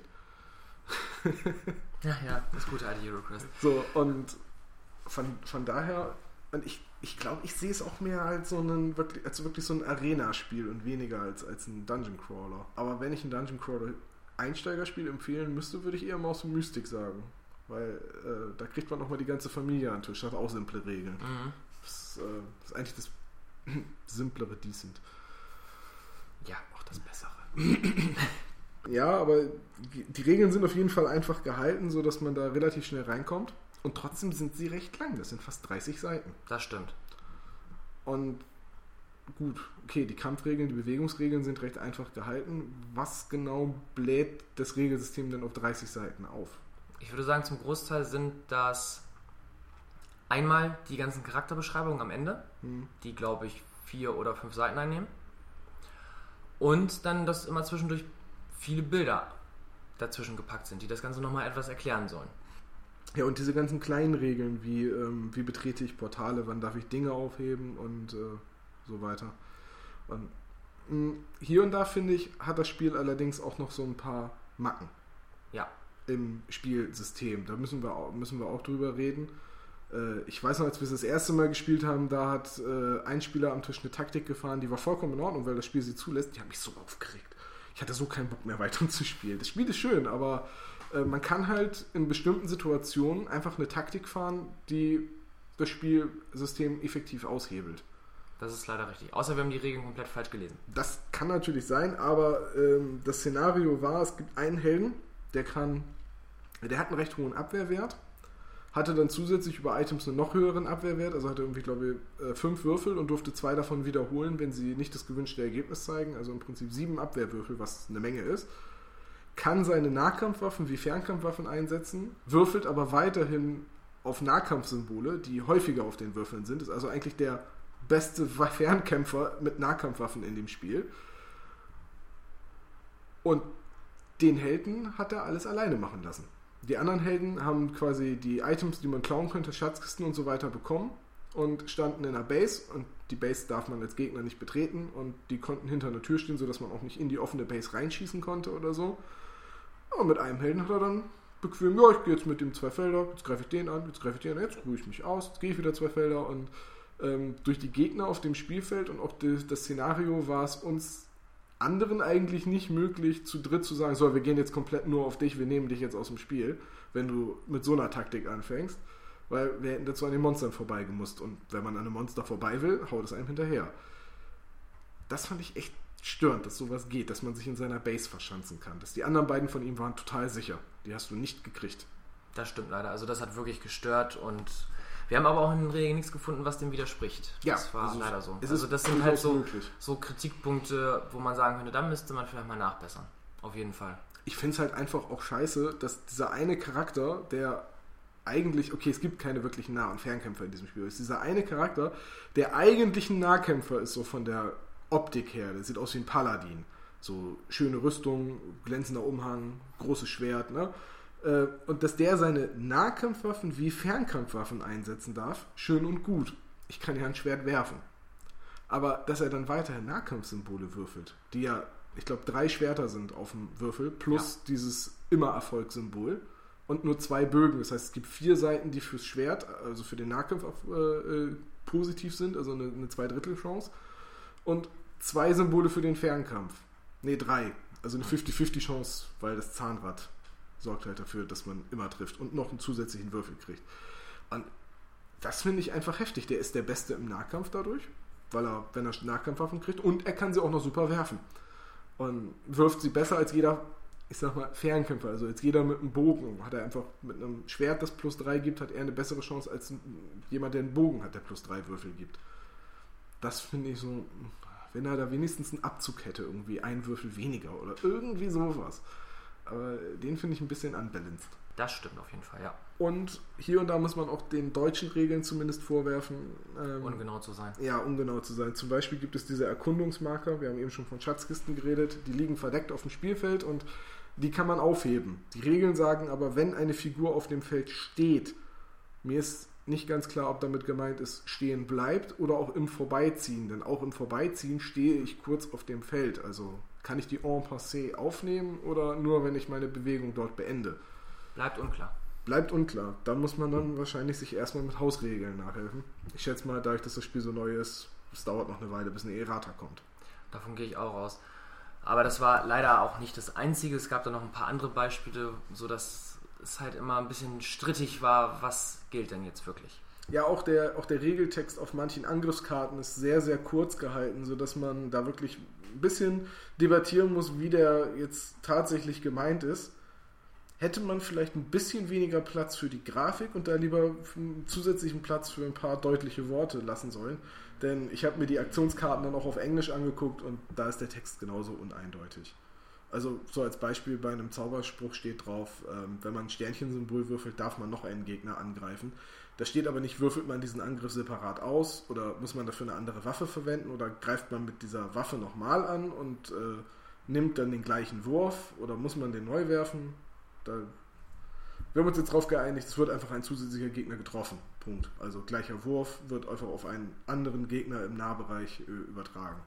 Ja, ja, das gute alte Hero Quest. So, und von, von daher, und ich, ich glaube, ich sehe es auch mehr als so einen wirklich, als wirklich so ein Arena-Spiel und weniger als, als ein Dungeon Crawler. Aber wenn ich ein Dungeon Crawler Einsteigerspiel empfehlen müsste, würde ich eher Maus und Mystik sagen. Weil äh, da kriegt man nochmal die ganze Familie an den Tisch, hat auch simple Regeln. Mhm. Das, äh, das ist eigentlich das simplere Decent. Ja, auch das Bessere. Ja, aber die, die Regeln sind auf jeden Fall einfach gehalten, sodass man da relativ schnell reinkommt. Und trotzdem sind sie recht lang. Das sind fast dreißig Seiten. Das stimmt. Und gut, okay, die Kampfregeln, die Bewegungsregeln sind recht einfach gehalten. Was genau bläht das Regelsystem denn auf dreißig Seiten auf? Ich würde sagen, zum Großteil sind das einmal die ganzen Charakterbeschreibungen am Ende, Hm. die, glaube ich, vier oder fünf Seiten einnehmen. Und dann, dass immer zwischendurch viele Bilder dazwischen gepackt sind, die das Ganze nochmal etwas erklären sollen. Ja, und diese ganzen kleinen Regeln, wie, ähm, wie betrete ich Portale, wann darf ich Dinge aufheben und äh, so weiter. Und, mh, hier und da, finde ich, hat das Spiel allerdings auch noch so ein paar Macken Ja, im Spielsystem. Da müssen wir auch, müssen wir auch drüber reden. Äh, ich weiß noch, als wir es das erste Mal gespielt haben, da hat äh, ein Spieler am Tisch eine Taktik gefahren, die war vollkommen in Ordnung, weil das Spiel sie zulässt. Die hat mich so aufgeregt. Ich hatte so keinen Bock mehr weiter zu spielen. Das Spiel ist schön, aber äh, man kann halt in bestimmten Situationen einfach eine Taktik fahren, die das Spielsystem effektiv aushebelt. das ist leider richtig. Außer wir haben die Regeln komplett falsch gelesen. Das kann natürlich sein, aber ähm, das Szenario war, es gibt einen Helden, der kann, der hat einen recht hohen Abwehrwert, hatte dann zusätzlich über Items einen noch höheren Abwehrwert, also hatte irgendwie, glaube ich, äh, fünf Würfel und durfte zwei davon wiederholen, wenn sie nicht das gewünschte Ergebnis zeigen, also im Prinzip sieben Abwehrwürfel, was eine Menge ist, kann seine Nahkampfwaffen wie Fernkampfwaffen einsetzen, würfelt aber weiterhin auf Nahkampfsymbole, die häufiger auf den Würfeln sind, ist also eigentlich der beste Fernkämpfer mit Nahkampfwaffen in dem Spiel. Und den Helden hat er alles alleine machen lassen. Die anderen Helden haben quasi die Items, die man klauen könnte, Schatzkisten und so weiter bekommen und standen in einer Base und die Base darf man als Gegner nicht betreten und die konnten hinter einer Tür stehen, sodass man auch nicht in die offene Base reinschießen konnte oder so. Und mit einem Helden hat er dann bequem, ja, ich gehe jetzt mit dem zwei Felder, jetzt greife ich den an, jetzt greife ich den an, jetzt ruhe ich mich aus, jetzt gehe ich wieder zwei Felder und ähm, durch die Gegner auf dem Spielfeld und auch das, das Szenario war es uns anderen eigentlich nicht möglich, zu dritt zu sagen, so, wir gehen jetzt komplett nur auf dich, wir nehmen dich jetzt aus dem Spiel, wenn du mit so einer Taktik anfängst, weil wir hätten dazu an den Monstern vorbeigemusst und wenn man an einem Monster vorbei will, haut es einem hinterher. Das fand ich echt störend, dass sowas geht, dass man sich in seiner Base verschanzen kann. Dass die anderen beiden von ihm waren total sicher. Die hast du nicht gekriegt. Das stimmt leider. Also das hat wirklich gestört und wir haben aber auch in den Regeln nichts gefunden, was dem widerspricht. Ja, das war also leider so. es Also ist das sind halt so, möglich. so Kritikpunkte, wo man sagen könnte, da müsste man vielleicht mal nachbessern. Auf jeden Fall. Ich finde es halt einfach auch scheiße, dass dieser eine Charakter, der eigentlich, okay, es gibt keine wirklichen Nah- und Fernkämpfer in diesem Spiel. Es ist dieser eine Charakter, der eigentlich ein Nahkämpfer ist, so von der Optik her. Der sieht aus wie ein Paladin. So schöne Rüstung, glänzender Umhang, großes Schwert, ne? Und dass der seine Nahkampfwaffen wie Fernkampfwaffen einsetzen darf, schön und gut. Ich kann ja ein Schwert werfen. Aber dass er dann weiterhin Nahkampfsymbole würfelt, die ja, ich glaube, drei Schwerter sind auf dem Würfel, plus ja. dieses Immer-Erfolg-Symbol und nur zwei Bögen. Das heißt, es gibt vier Seiten, die fürs Schwert, also für den Nahkampf äh, positiv sind, also eine, eine Zweidrittel-Chance. Und zwei Symbole für den Fernkampf. Ne, drei. Also eine fünfzig fünfzig Chance, weil das Zahnrad sorgt halt dafür, dass man immer trifft und noch einen zusätzlichen Würfel kriegt. Und das finde ich einfach heftig. Der ist der Beste im Nahkampf dadurch, weil er, wenn er Nahkampfwaffen kriegt, und er kann sie auch noch super werfen. Und wirft sie besser als jeder, ich sag mal, Fernkämpfer. Also als jeder mit einem Bogen. Hat er einfach mit einem Schwert, das plus drei gibt, hat er eine bessere Chance als jemand, der einen Bogen hat, der plus drei Würfel gibt. Das finde ich so, wenn er da wenigstens einen Abzug hätte, irgendwie ein Würfel weniger oder irgendwie sowas. Aber den finde ich ein bisschen unbalanced. Das stimmt auf jeden Fall, ja. Und hier und da muss man auch den deutschen Regeln zumindest vorwerfen. Ähm, ungenau zu sein. Ja, ungenau zu sein. Zum Beispiel gibt es diese Erkundungsmarker, wir haben eben schon von Schatzkisten geredet, die liegen verdeckt auf dem Spielfeld und die kann man aufheben. Die Regeln sagen aber, wenn eine Figur auf dem Feld steht, mir ist nicht ganz klar, ob damit gemeint ist, stehen bleibt oder auch im Vorbeiziehen. Denn auch im Vorbeiziehen stehe ich kurz auf dem Feld. Also kann ich die en passé aufnehmen oder nur, wenn ich meine Bewegung dort beende? Bleibt unklar. Bleibt unklar. Da muss man dann wahrscheinlich sich erstmal mit Hausregeln nachhelfen. Ich schätze mal, dadurch, dass das Spiel so neu ist, es dauert noch eine Weile, bis eine Errata kommt. Davon gehe ich auch aus. Aber das war leider auch nicht das Einzige. Es gab da noch ein paar andere Beispiele, sodass es halt immer ein bisschen strittig war, was gilt denn jetzt wirklich. Ja, auch der, auch der Regeltext auf manchen Angriffskarten ist sehr, sehr kurz gehalten, sodass man da wirklich ein bisschen debattieren muss, wie der jetzt tatsächlich gemeint ist. Hätte man vielleicht ein bisschen weniger Platz für die Grafik und da lieber einen zusätzlichen Platz für ein paar deutliche Worte lassen sollen. Denn ich habe mir die Aktionskarten dann auch auf Englisch angeguckt und da ist der Text genauso uneindeutig. Also so als Beispiel bei einem Zauberspruch steht drauf, ähm, wenn man ein Sternchensymbol würfelt, darf man noch einen Gegner angreifen. Da steht aber nicht, würfelt man diesen Angriff separat aus oder muss man dafür eine andere Waffe verwenden oder greift man mit dieser Waffe nochmal an und äh, nimmt dann den gleichen Wurf oder muss man den neu werfen. Da, wir haben uns jetzt darauf geeinigt, es wird einfach ein zusätzlicher Gegner getroffen. Punkt. Also gleicher Wurf wird einfach auf einen anderen Gegner im Nahbereich äh, übertragen.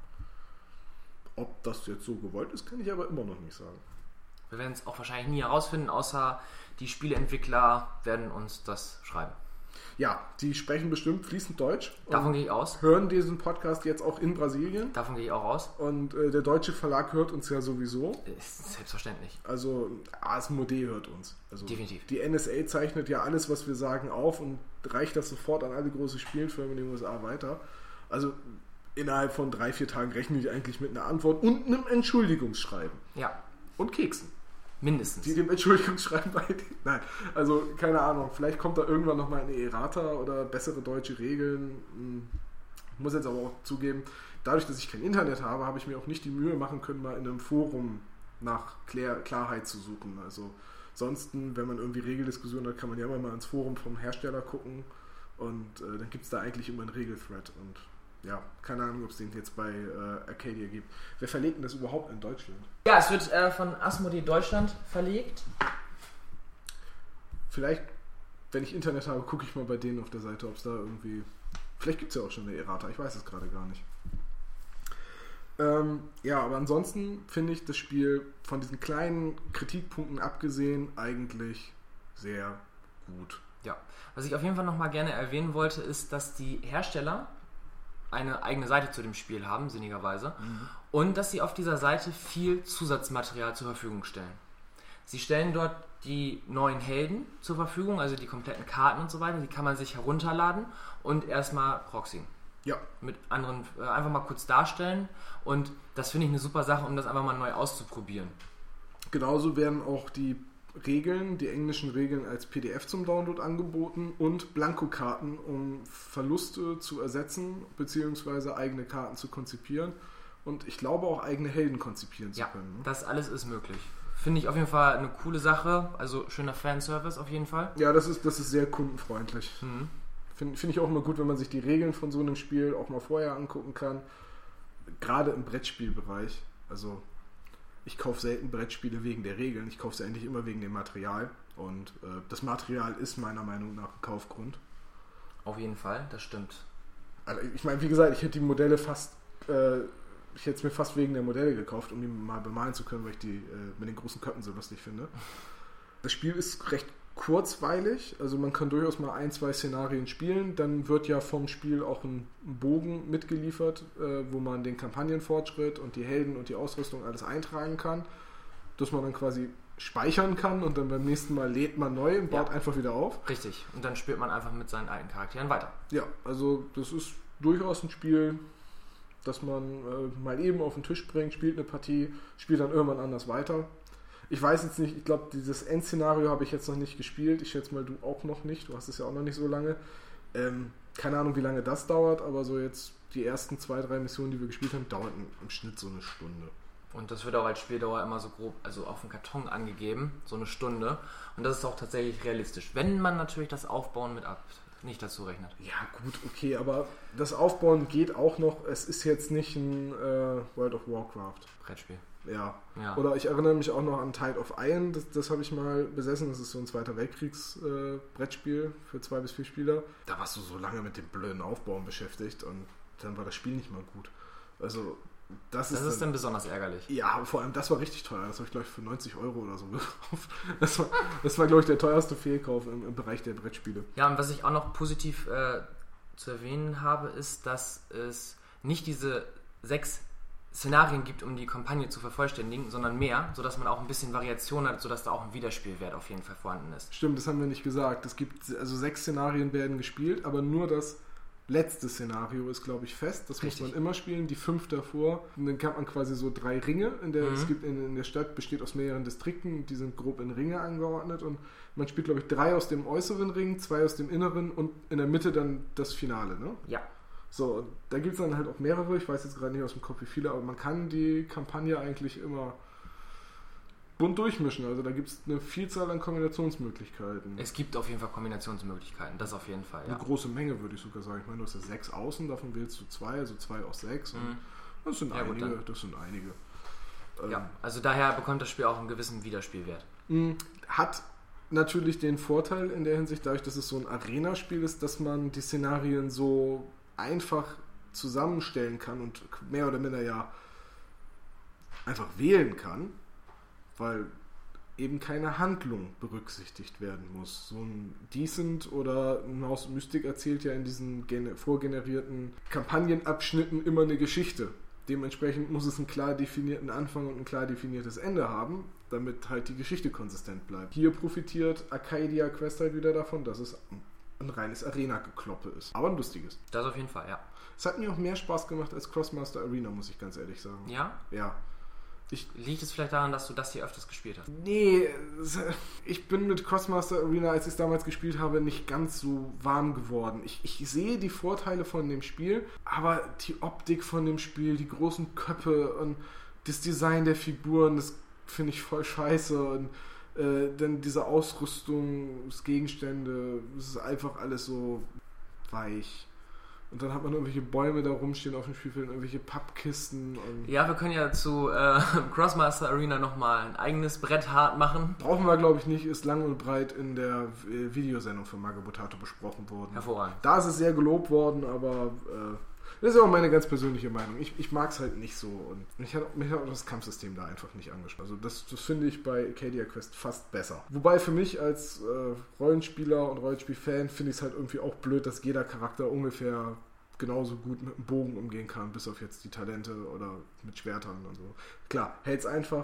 Ob das jetzt so gewollt ist, kann ich aber immer noch nicht sagen. Wir werden es auch wahrscheinlich nie herausfinden, außer die Spieleentwickler werden uns das schreiben. Ja, die sprechen bestimmt fließend Deutsch. Davon gehe ich aus. Hören diesen Podcast jetzt auch in Brasilien. Davon gehe ich auch aus. Und äh, der deutsche Verlag hört uns ja sowieso. Ist selbstverständlich. Also Asmodee hört uns. Also definitiv. Die N S A zeichnet ja alles, was wir sagen, auf und reicht das sofort an alle große Spielfirmen in den U S A weiter. Also innerhalb von drei, vier Tagen rechne ich eigentlich mit einer Antwort und einem Entschuldigungsschreiben. Ja. Und Keksen. Mindestens. Die dem Entschuldigungsschreiben bei. Nein, also keine Ahnung. Vielleicht kommt da irgendwann nochmal eine Errata oder bessere deutsche Regeln. Ich muss jetzt aber auch zugeben, dadurch, dass ich kein Internet habe, habe ich mir auch nicht die Mühe machen können, mal in einem Forum nach Klär- Klarheit zu suchen. Also sonst, wenn man irgendwie Regeldiskussionen hat, kann man ja immer mal ins Forum vom Hersteller gucken und äh, dann gibt es da eigentlich immer einen Regelthread und ja, keine Ahnung, ob es den jetzt bei äh, Arcadia gibt. Wer verlegt denn das überhaupt in Deutschland? Ja, es wird äh, von Asmodee Deutschland verlegt. Vielleicht, wenn ich Internet habe, gucke ich mal bei denen auf der Seite, ob es da irgendwie... Vielleicht gibt es ja auch schon eine Errata, ich weiß es gerade gar nicht. Ähm, ja, aber ansonsten finde ich das Spiel von diesen kleinen Kritikpunkten abgesehen eigentlich sehr gut. Ja, was ich auf jeden Fall nochmal gerne erwähnen wollte, ist, dass die Hersteller eine eigene Seite zu dem Spiel haben, sinnigerweise, mhm. und dass sie auf dieser Seite viel Zusatzmaterial zur Verfügung stellen. Sie stellen dort die neuen Helden zur Verfügung, also die kompletten Karten und so weiter, die kann man sich herunterladen und erstmal proxyen. Ja. Mit anderen äh, einfach mal kurz darstellen und das finde ich eine super Sache, um das einfach mal neu auszuprobieren. Genauso werden auch die Regeln, die englischen Regeln als P D F zum Download angeboten und Blankokarten, um Verluste zu ersetzen, beziehungsweise eigene Karten zu konzipieren und ich glaube auch eigene Helden konzipieren zu ja, können. Ne? Das alles ist möglich. Finde ich auf jeden Fall eine coole Sache. Also schöner Fanservice auf jeden Fall. Ja, das ist, das ist sehr kundenfreundlich. Mhm. Finde find ich auch immer gut, wenn man sich die Regeln von so einem Spiel auch mal vorher angucken kann. Gerade im Brettspielbereich. Also ich kaufe selten Brettspiele wegen der Regeln. Ich kaufe sie eigentlich immer wegen dem Material. Und äh, das Material ist meiner Meinung nach ein Kaufgrund. Auf jeden Fall, das stimmt. Also ich meine, wie gesagt, ich hätte die Modelle fast... Äh, ich hätte es mir fast wegen der Modelle gekauft, um die mal bemalen zu können, weil ich die äh, mit den großen Köpfen so lustig finde. Das Spiel ist recht kurzweilig, also man kann durchaus mal ein, zwei Szenarien spielen. Dann wird ja vom Spiel auch ein Bogen mitgeliefert, äh, wo man den Kampagnenfortschritt und die Helden und die Ausrüstung alles eintragen kann, dass man dann quasi speichern kann und dann beim nächsten Mal lädt man neu und baut Ja. einfach wieder auf. Richtig. Und dann spielt man einfach mit seinen alten Charakteren weiter. Ja, also das ist durchaus ein Spiel, das man äh, mal eben auf den Tisch bringt, spielt eine Partie, spielt dann irgendwann anders weiter. Ich weiß jetzt nicht, ich glaube, dieses Endszenario habe ich jetzt noch nicht gespielt. Ich schätze mal, du auch noch nicht. Du hast es ja auch noch nicht so lange. Ähm, keine Ahnung, wie lange das dauert, aber so jetzt die ersten zwei, drei Missionen, die wir gespielt haben, dauerten im Schnitt so eine Stunde. Und das wird auch als Spieldauer immer so grob, also auf dem Karton angegeben, so eine Stunde. Und das ist auch tatsächlich realistisch, wenn man natürlich das Aufbauen mit ab nicht dazu rechnet. Ja, gut, okay, aber das Aufbauen geht auch noch. Es ist jetzt nicht ein äh, World of Warcraft. Brettspiel. Ja. Ja. Oder ich erinnere mich auch noch an Tide of Iron, das, das habe ich mal besessen, das ist so ein Zweiter Weltkriegs-Brettspiel äh, für zwei bis vier Spieler. Da warst du so lange mit dem blöden Aufbauen beschäftigt und dann war das Spiel nicht mal gut. Also das, Das ist, ist dann, dann besonders ärgerlich. ja, vor allem das war richtig teuer, das habe ich glaube ich für neunzig Euro oder so gekauft. Das war, das war glaube ich der teuerste Fehlkauf im, im Bereich der Brettspiele. Ja, und was ich auch noch positiv äh, zu erwähnen habe, ist, dass es nicht diese sechs Szenarien gibt, um die Kampagne zu vervollständigen, sondern mehr, sodass man auch ein bisschen Variation hat, sodass da auch ein Wiederspielwert auf jeden Fall vorhanden ist. Stimmt, das haben wir nicht gesagt. Es gibt, also sechs Szenarien werden gespielt, aber nur das letzte Szenario ist, glaube ich, fest. Das Richtig. muss man immer spielen, die fünf davor. Und dann hat man quasi so drei Ringe. In der, Mhm. es gibt in, in der Stadt besteht aus mehreren Distrikten, die sind grob in Ringe angeordnet und man spielt, glaube ich, drei aus dem äußeren Ring, zwei aus dem inneren und in der Mitte dann das Finale, ne? Ja. So, und da gibt es dann halt auch mehrere, ich weiß jetzt gerade nicht aus dem Kopf wie viele, aber man kann die Kampagne eigentlich immer bunt durchmischen. Also da gibt es eine Vielzahl an Kombinationsmöglichkeiten. Es gibt auf jeden Fall Kombinationsmöglichkeiten, das auf jeden Fall, ja. Eine große Menge, würde ich sogar sagen. Ich meine, du hast ja sechs Außen, davon wählst du zwei, also zwei aus sechs. Und Mhm. das sind Ja, gut, einige, dann. das sind einige. Ähm, Ja, also daher bekommt das Spiel auch einen gewissen Wiederspielwert. mh, Hat natürlich den Vorteil in der Hinsicht, dadurch, dass es so ein Arena-Spiel ist, dass man die Szenarien so einfach zusammenstellen kann und mehr oder minder ja einfach wählen kann, weil eben keine Handlung berücksichtigt werden muss. So ein Decent oder ein Haus Mystik erzählt ja in diesen gene- vorgenerierten Kampagnenabschnitten immer eine Geschichte. Dementsprechend muss es einen klar definierten Anfang und ein klar definiertes Ende haben, damit halt die Geschichte konsistent bleibt. Hier profitiert Arcadia Quest halt wieder davon, dass es ein reines Arena-Gekloppe ist. Aber ein lustiges. Das auf jeden Fall, ja. Es hat mir auch mehr Spaß gemacht als Crossmaster Arena, muss ich ganz ehrlich sagen. Ja? Ja. Ich, Liegt es vielleicht daran, dass du das hier öfters gespielt hast? nee, es- ich bin mit Crossmaster Arena, als ich es damals gespielt habe, nicht ganz so warm geworden. Ich, ich sehe die Vorteile von dem Spiel, aber die Optik von dem Spiel, die großen Köpfe und das Design der Figuren, das finde ich voll scheiße. Und äh, dann diese Ausrüstung, das Gegenstände, das ist einfach alles so weich. Und dann hat man irgendwelche Bäume da rumstehen auf dem Spielfeld, irgendwelche Pappkisten. Und Ja, wir können ja zu äh, Crossmaster Arena nochmal ein eigenes Brett hart machen. brauchen wir, glaube ich, nicht, ist lang und breit in der äh, Videosendung von Magabotato besprochen worden. Hervorragend. Da ist es sehr gelobt worden, aber äh, das ist auch meine ganz persönliche Meinung. Ich, ich mag es halt nicht so und mich hat, mich hat auch das Kampfsystem da einfach nicht angesprochen. Also das, das finde ich bei Arcadia Quest fast besser. Wobei für mich als äh, Rollenspieler und Rollenspiel-Fan finde ich es halt irgendwie auch blöd, dass jeder Charakter ungefähr genauso gut mit dem Bogen umgehen kann, bis auf jetzt die Talente oder mit Schwertern und so. Klar, hält's einfach,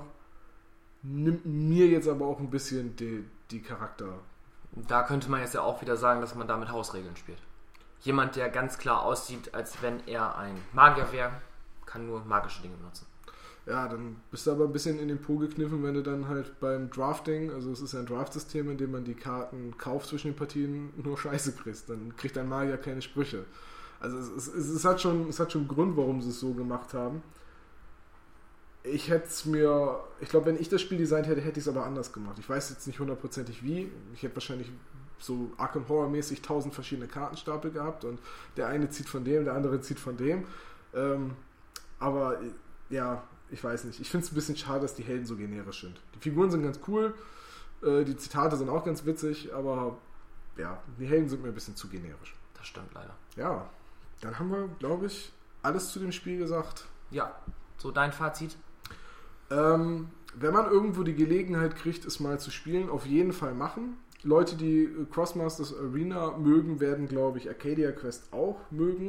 nimmt mir jetzt aber auch ein bisschen die, die Charakter. Da könnte man jetzt ja auch wieder sagen, dass man da mit Hausregeln spielt. Jemand, der ganz klar aussieht, als wenn er ein Magier wäre, kann nur magische Dinge benutzen. Ja, dann bist du aber ein bisschen in den Po gekniffen, wenn du dann halt beim Drafting, also es ist ja ein Draftsystem, in dem man die Karten kauft zwischen den Partien, nur Scheiße kriegst. Dann kriegt dein Magier keine Sprüche. Also es, es, es, hat schon, es hat schon einen Grund, warum sie es so gemacht haben. Ich hätte es mir, ich glaube, wenn ich das Spiel designt hätte, hätte ich es aber anders gemacht. Ich weiß jetzt nicht hundertprozentig wie. Ich hätte wahrscheinlich so Arkham Horror mäßig tausend verschiedene Kartenstapel gehabt und der eine zieht von dem, der andere zieht von dem. Ähm, aber ja, ich weiß nicht. Ich finde es ein bisschen schade, dass die Helden so generisch sind. Die Figuren sind ganz cool, äh, die Zitate sind auch ganz witzig, aber ja, die Helden sind mir ein bisschen zu generisch. Das stimmt leider. Ja, dann haben wir, glaube ich, alles zu dem Spiel gesagt. Ja, so dein Fazit? Ähm, wenn man irgendwo die Gelegenheit kriegt, es mal zu spielen, auf jeden Fall machen. Leute, die Crossmasters Arena mögen, werden, glaube ich, Arcadia Quest auch mögen.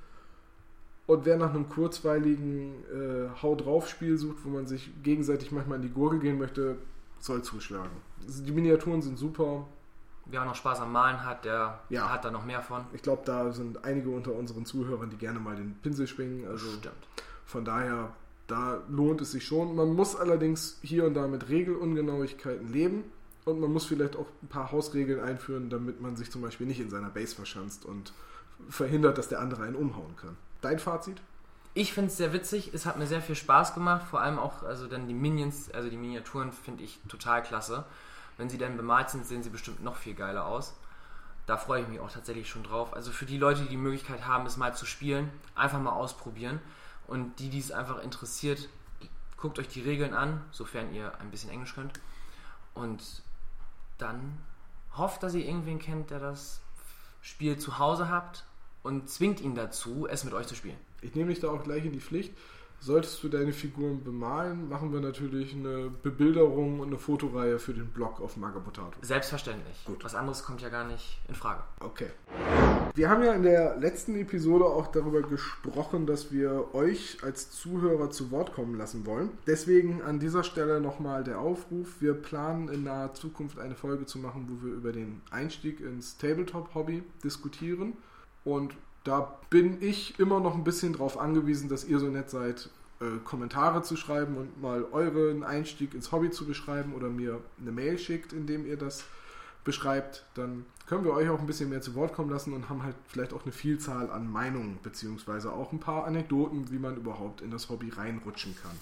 Und wer nach einem kurzweiligen äh, Hau-drauf-Spiel sucht, wo man sich gegenseitig manchmal in die Gurgel gehen möchte, soll zuschlagen. Also die Miniaturen sind super. Wer auch noch Spaß am Malen hat, der ja. hat da noch mehr von. Ich glaube, da sind einige unter unseren Zuhörern, die gerne mal den Pinsel schwingen. Also Stimmt. Von daher, da lohnt es sich schon. Man muss allerdings hier und da mit Regelungenauigkeiten leben. Und man muss vielleicht auch ein paar Hausregeln einführen, damit man sich zum Beispiel nicht in seiner Base verschanzt und verhindert, dass der andere einen umhauen kann. Dein Fazit? Ich finde es sehr witzig. Es hat mir sehr viel Spaß gemacht. Vor allem auch also dann die Minions, also die Miniaturen finde ich total klasse. Wenn sie dann bemalt sind, sehen sie bestimmt noch viel geiler aus. Da freue ich mich auch tatsächlich schon drauf. Also für die Leute, die die Möglichkeit haben, es mal zu spielen, einfach mal ausprobieren. Und die, die es einfach interessiert, guckt euch die Regeln an, sofern ihr ein bisschen Englisch könnt. Und dann hofft, dass ihr irgendwen kennt, der das Spiel zu Hause habt und zwingt ihn dazu, es mit euch zu spielen. Ich nehme dich da auch gleich in die Pflicht. Solltest du deine Figuren bemalen, machen wir natürlich eine Bebilderung und eine Fotoreihe für den Blog auf Magabotato. Selbstverständlich. Gut. Was anderes kommt ja gar nicht in Frage. Okay. Wir haben ja in der letzten Episode auch darüber gesprochen, dass wir euch als Zuhörer zu Wort kommen lassen wollen. Deswegen an dieser Stelle nochmal der Aufruf. Wir planen in naher Zukunft eine Folge zu machen, wo wir über den Einstieg ins Tabletop-Hobby diskutieren. Und da bin ich immer noch ein bisschen drauf angewiesen, dass ihr so nett seid, äh, Kommentare zu schreiben und mal euren Einstieg ins Hobby zu beschreiben oder mir eine Mail schickt, indem ihr das beschreibt. Dann können wir euch auch ein bisschen mehr zu Wort kommen lassen und haben halt vielleicht auch eine Vielzahl an Meinungen, beziehungsweise auch ein paar Anekdoten, wie man überhaupt in das Hobby reinrutschen kann.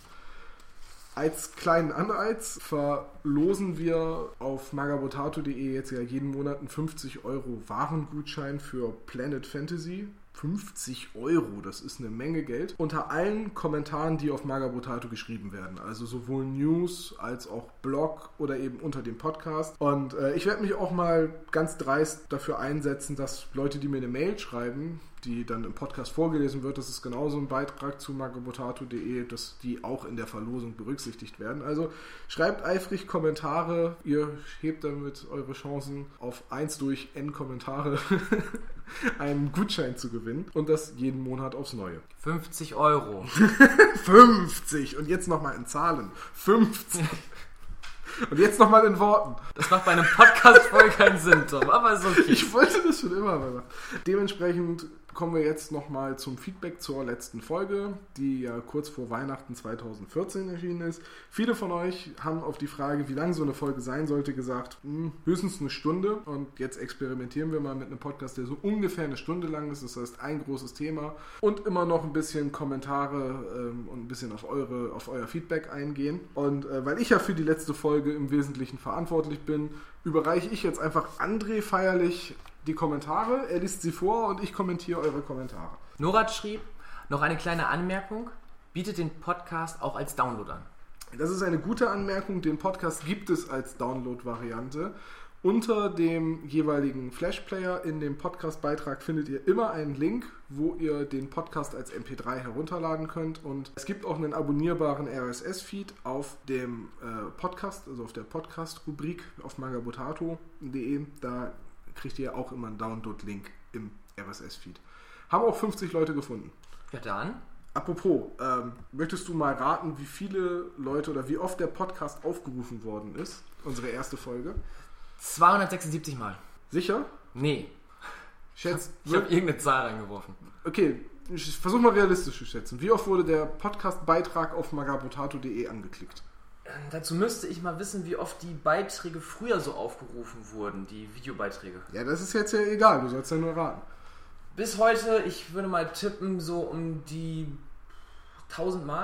Als kleinen Anreiz verlosen wir auf magabotato punkt de jetzt ja jeden Monat einen fünfzig Euro Warengutschein für Planet Fantasy. fünfzig Euro, das ist eine Menge Geld. Unter allen Kommentaren, die auf Magabotato geschrieben werden. Also sowohl News als auch Blog oder eben unter dem Podcast. Und äh, ich werde mich auch mal ganz dreist dafür einsetzen, dass Leute, die mir eine Mail schreiben, die dann im Podcast vorgelesen wird, das ist genauso ein Beitrag zu magabotato punkt de, dass die auch in der Verlosung berücksichtigt werden. Also schreibt eifrig Kommentare, ihr hebt damit eure Chancen auf eins durch N Kommentare einen Gutschein zu gewinnen und das jeden Monat aufs Neue. fünfzig Euro. fünfzig! Und jetzt nochmal in Zahlen. fünfzig! Und jetzt nochmal in Worten. Das macht bei einem Podcast voll keinen Sinn, Tom, aber ist okay. Ich wollte das schon immer mal machen. Dementsprechend kommen wir jetzt nochmal zum Feedback zur letzten Folge, die ja kurz vor Weihnachten zwanzig vierzehn erschienen ist. Viele von euch haben auf die Frage, wie lang so eine Folge sein sollte, gesagt, hm, höchstens eine Stunde. Und jetzt experimentieren wir mal mit einem Podcast, der so ungefähr eine Stunde lang ist. Das heißt, ein großes Thema und immer noch ein bisschen Kommentare ähm, und ein bisschen auf, eure, auf euer Feedback eingehen. Und äh, weil ich ja für die letzte Folge im Wesentlichen verantwortlich bin, überreiche ich jetzt einfach André feierlich die Kommentare, er liest sie vor und ich kommentiere eure Kommentare. Norat schrieb, noch eine kleine Anmerkung, bietet den Podcast auch als Download an. Das ist eine gute Anmerkung, den Podcast gibt es als Download-Variante. Unter dem jeweiligen Flash-Player in dem Podcast-Beitrag findet ihr immer einen Link, wo ihr den Podcast als M P drei herunterladen könnt. Und es gibt auch einen abonnierbaren R S S-Feed auf dem äh, Podcast, also auf der Podcast-Rubrik auf magabotato punkt de. Da kriegt ihr auch immer einen Download-Link im R S S-Feed. Haben auch fünfzig Leute gefunden. Ja, dann. Apropos, ähm, möchtest du mal raten, wie viele Leute oder wie oft der Podcast aufgerufen worden ist? Unsere erste Folge. zweihundertsechsundsiebzig Mal. Sicher? Nee. Schätz, ich habe irgendeine Zahl reingeworfen. Okay, ich versuch mal realistisch zu schätzen. Wie oft wurde der Podcast-Beitrag auf magabotato punkt de angeklickt? Dazu müsste ich mal wissen, wie oft die Beiträge früher so aufgerufen wurden, die Videobeiträge. Ja, das ist jetzt ja egal, du sollst ja nur raten. Bis heute, ich würde mal tippen, so um die tausend Mal.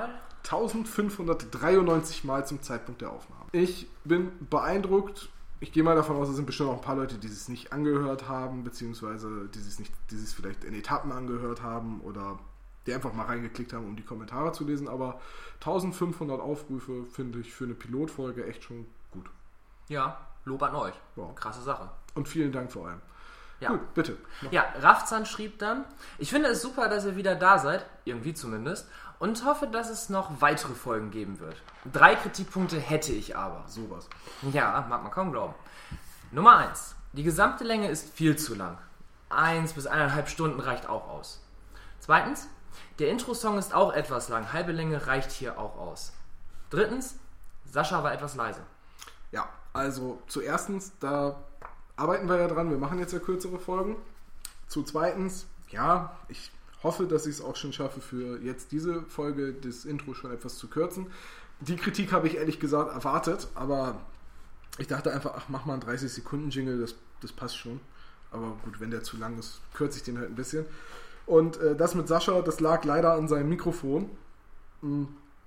eintausendfünfhundertdreiundneunzig Mal zum Zeitpunkt der Aufnahme. Ich bin beeindruckt. Ich gehe mal davon aus, es sind bestimmt auch ein paar Leute, die es nicht angehört haben, beziehungsweise die es nicht, die es vielleicht in Etappen angehört haben oder die einfach mal reingeklickt haben, um die Kommentare zu lesen. Aber eintausendfünfhundert Aufrufe finde ich für eine Pilotfolge echt schon gut. Ja, Lob an euch. Wow. Krasse Sache. Und vielen Dank vor allem. Ja. Gut, bitte. Noch. Ja, Rafzan schrieb dann, ich finde es super, dass ihr wieder da seid, irgendwie zumindest, und hoffe, dass es noch weitere Folgen geben wird. Drei Kritikpunkte hätte ich aber. Sowas. Ja, mag man kaum glauben. Nummer eins. Die gesamte Länge ist viel zu lang. Eins bis eineinhalb Stunden reicht auch aus. Zweitens. Der Intro-Song ist auch etwas lang. Halbe Länge reicht hier auch aus. Drittens. Sascha war etwas leise. Ja, also zuerstens, da arbeiten wir ja dran. Wir machen jetzt ja kürzere Folgen. Zu zweitens, ja, ich hoffe, dass ich es auch schon schaffe, für jetzt diese Folge das Intro schon etwas zu kürzen. Die Kritik habe ich ehrlich gesagt erwartet, aber ich dachte einfach, ach, mach mal einen dreißig Sekunden Jingle, das, das passt schon. Aber gut, wenn der zu lang ist, kürze ich den halt ein bisschen. Und äh, das mit Sascha, das lag leider an seinem Mikrofon. Mhm.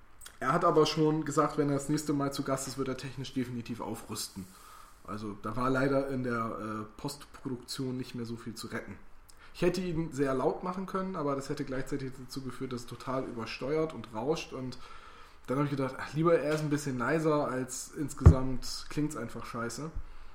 Er hat aber schon gesagt, wenn er das nächste Mal zu Gast ist, wird er technisch definitiv aufrüsten. Also da war leider in der äh, Postproduktion nicht mehr so viel zu retten. Ich hätte ihn sehr laut machen können, aber das hätte gleichzeitig dazu geführt, dass es total übersteuert und rauscht. Und dann habe ich gedacht, ach, lieber er ist ein bisschen leiser, als insgesamt klingt es einfach scheiße.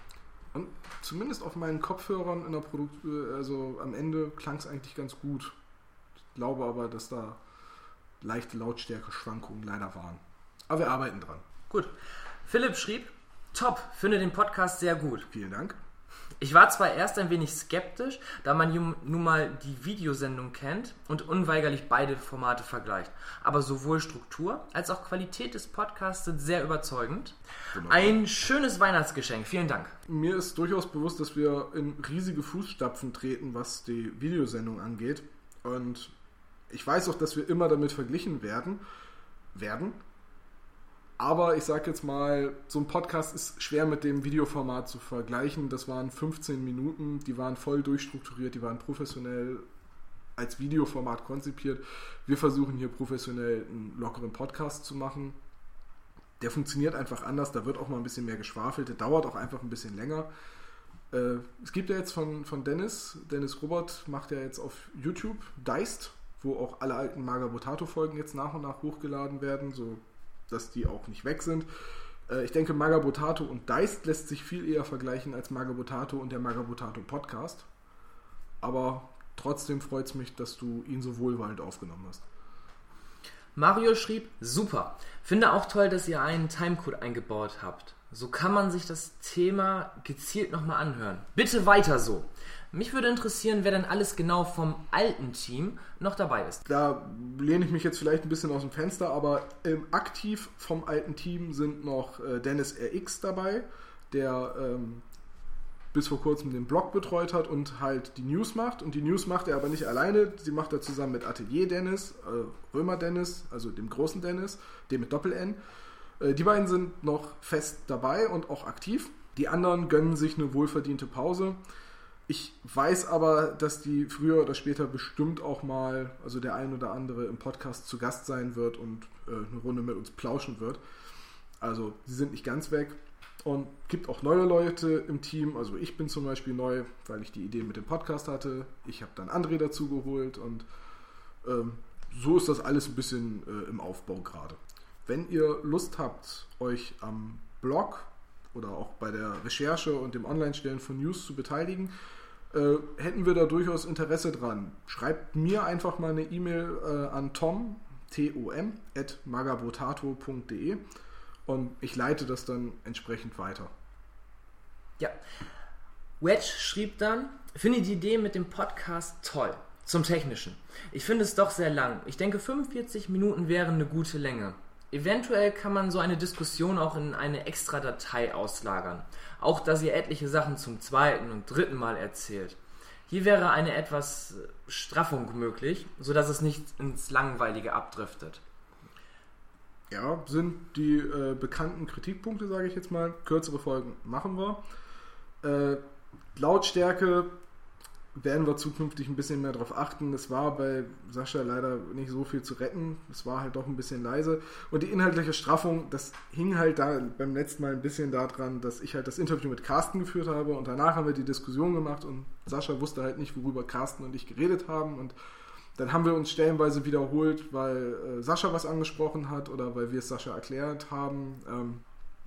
Und zumindest auf meinen Kopfhörern in der Produktion, also am Ende klang es eigentlich ganz gut. Ich glaube aber, dass da leichte Lautstärke-Schwankungen leider waren. Aber wir arbeiten dran. Gut. Philipp schrieb, top, finde den Podcast sehr gut. Vielen Dank. Ich war zwar erst ein wenig skeptisch, da man nun mal die Videosendung kennt und unweigerlich beide Formate vergleicht. Aber sowohl Struktur als auch Qualität des Podcasts sind sehr überzeugend. Genau. Ein schönes Weihnachtsgeschenk. Vielen Dank. Mir ist durchaus bewusst, dass wir in riesige Fußstapfen treten, was die Videosendung angeht. Und ich weiß auch, dass wir immer damit verglichen werden. werden. Aber ich sag jetzt mal, so ein Podcast ist schwer mit dem Videoformat zu vergleichen. Das waren fünfzehn Minuten, die waren voll durchstrukturiert, die waren professionell als Videoformat konzipiert. Wir versuchen hier professionell einen lockeren Podcast zu machen. Der funktioniert einfach anders, da wird auch mal ein bisschen mehr geschwafelt, der dauert auch einfach ein bisschen länger. Äh, es gibt ja jetzt von, von Dennis, Dennis Robert macht ja jetzt auf YouTube Deist, wo auch alle alten Magabotato-Folgen jetzt nach und nach hochgeladen werden, so dass die auch nicht weg sind. Äh, ich denke, Magabotato und Deist lässt sich viel eher vergleichen als Magabotato und der Magabotato Podcast. Aber trotzdem freut es mich, dass du ihn so wohlwollend aufgenommen hast. Mario schrieb, super. Finde auch toll, dass ihr einen Timecode eingebaut habt. So kann man sich das Thema gezielt nochmal anhören. Bitte weiter so. Mich würde interessieren, wer denn alles genau vom alten Team noch dabei ist. Da lehne ich mich jetzt vielleicht ein bisschen aus dem Fenster, aber ähm, aktiv vom alten Team sind noch äh, Dennis R X dabei, der ähm, bis vor kurzem den Blog betreut hat und halt die News macht. Und die News macht er aber nicht alleine, sie macht er zusammen mit Atelier Dennis, äh, Römer Dennis, also dem großen Dennis, dem mit Doppel-N. Äh, die beiden sind noch fest dabei und auch aktiv. Die anderen gönnen sich eine wohlverdiente Pause. Ich weiß aber, dass die früher oder später bestimmt auch mal, also der ein oder andere im Podcast zu Gast sein wird und äh, eine Runde mit uns plauschen wird. Also sie sind nicht ganz weg. Und gibt auch neue Leute im Team. Also ich bin zum Beispiel neu, weil ich die Idee mit dem Podcast hatte. Ich habe dann André dazu geholt und ähm, so ist das alles ein bisschen äh, im Aufbau gerade. Wenn ihr Lust habt, euch am Blog oder auch bei der Recherche und dem Online-Stellen von News zu beteiligen, äh, hätten wir da durchaus Interesse dran. Schreibt mir einfach mal eine E-Mail äh, an tom, T O M, at magabotato punkt de und ich leite das dann entsprechend weiter. Ja. Wedge schrieb dann, finde die Idee mit dem Podcast toll. Zum Technischen. Ich finde es doch sehr lang. Ich denke, fünfundvierzig Minuten wären eine gute Länge. Eventuell kann man so eine Diskussion auch in eine extra Datei auslagern. Auch dass ihr etliche Sachen zum zweiten und dritten Mal erzählt. Hier wäre eine etwas Straffung möglich, sodass es nicht ins Langweilige abdriftet. Ja, sind die äh, bekannten Kritikpunkte, sage ich jetzt mal. Kürzere Folgen machen wir. Äh, Lautstärke werden wir zukünftig ein bisschen mehr darauf achten. Es war bei Sascha leider nicht so viel zu retten. Es war halt doch ein bisschen leise. Und die inhaltliche Straffung, das hing halt da beim letzten Mal ein bisschen daran, dass ich halt das Interview mit Carsten geführt habe und danach haben wir die Diskussion gemacht und Sascha wusste halt nicht, worüber Carsten und ich geredet haben und dann haben wir uns stellenweise wiederholt, weil äh, Sascha was angesprochen hat oder weil wir es Sascha erklärt haben. Ähm,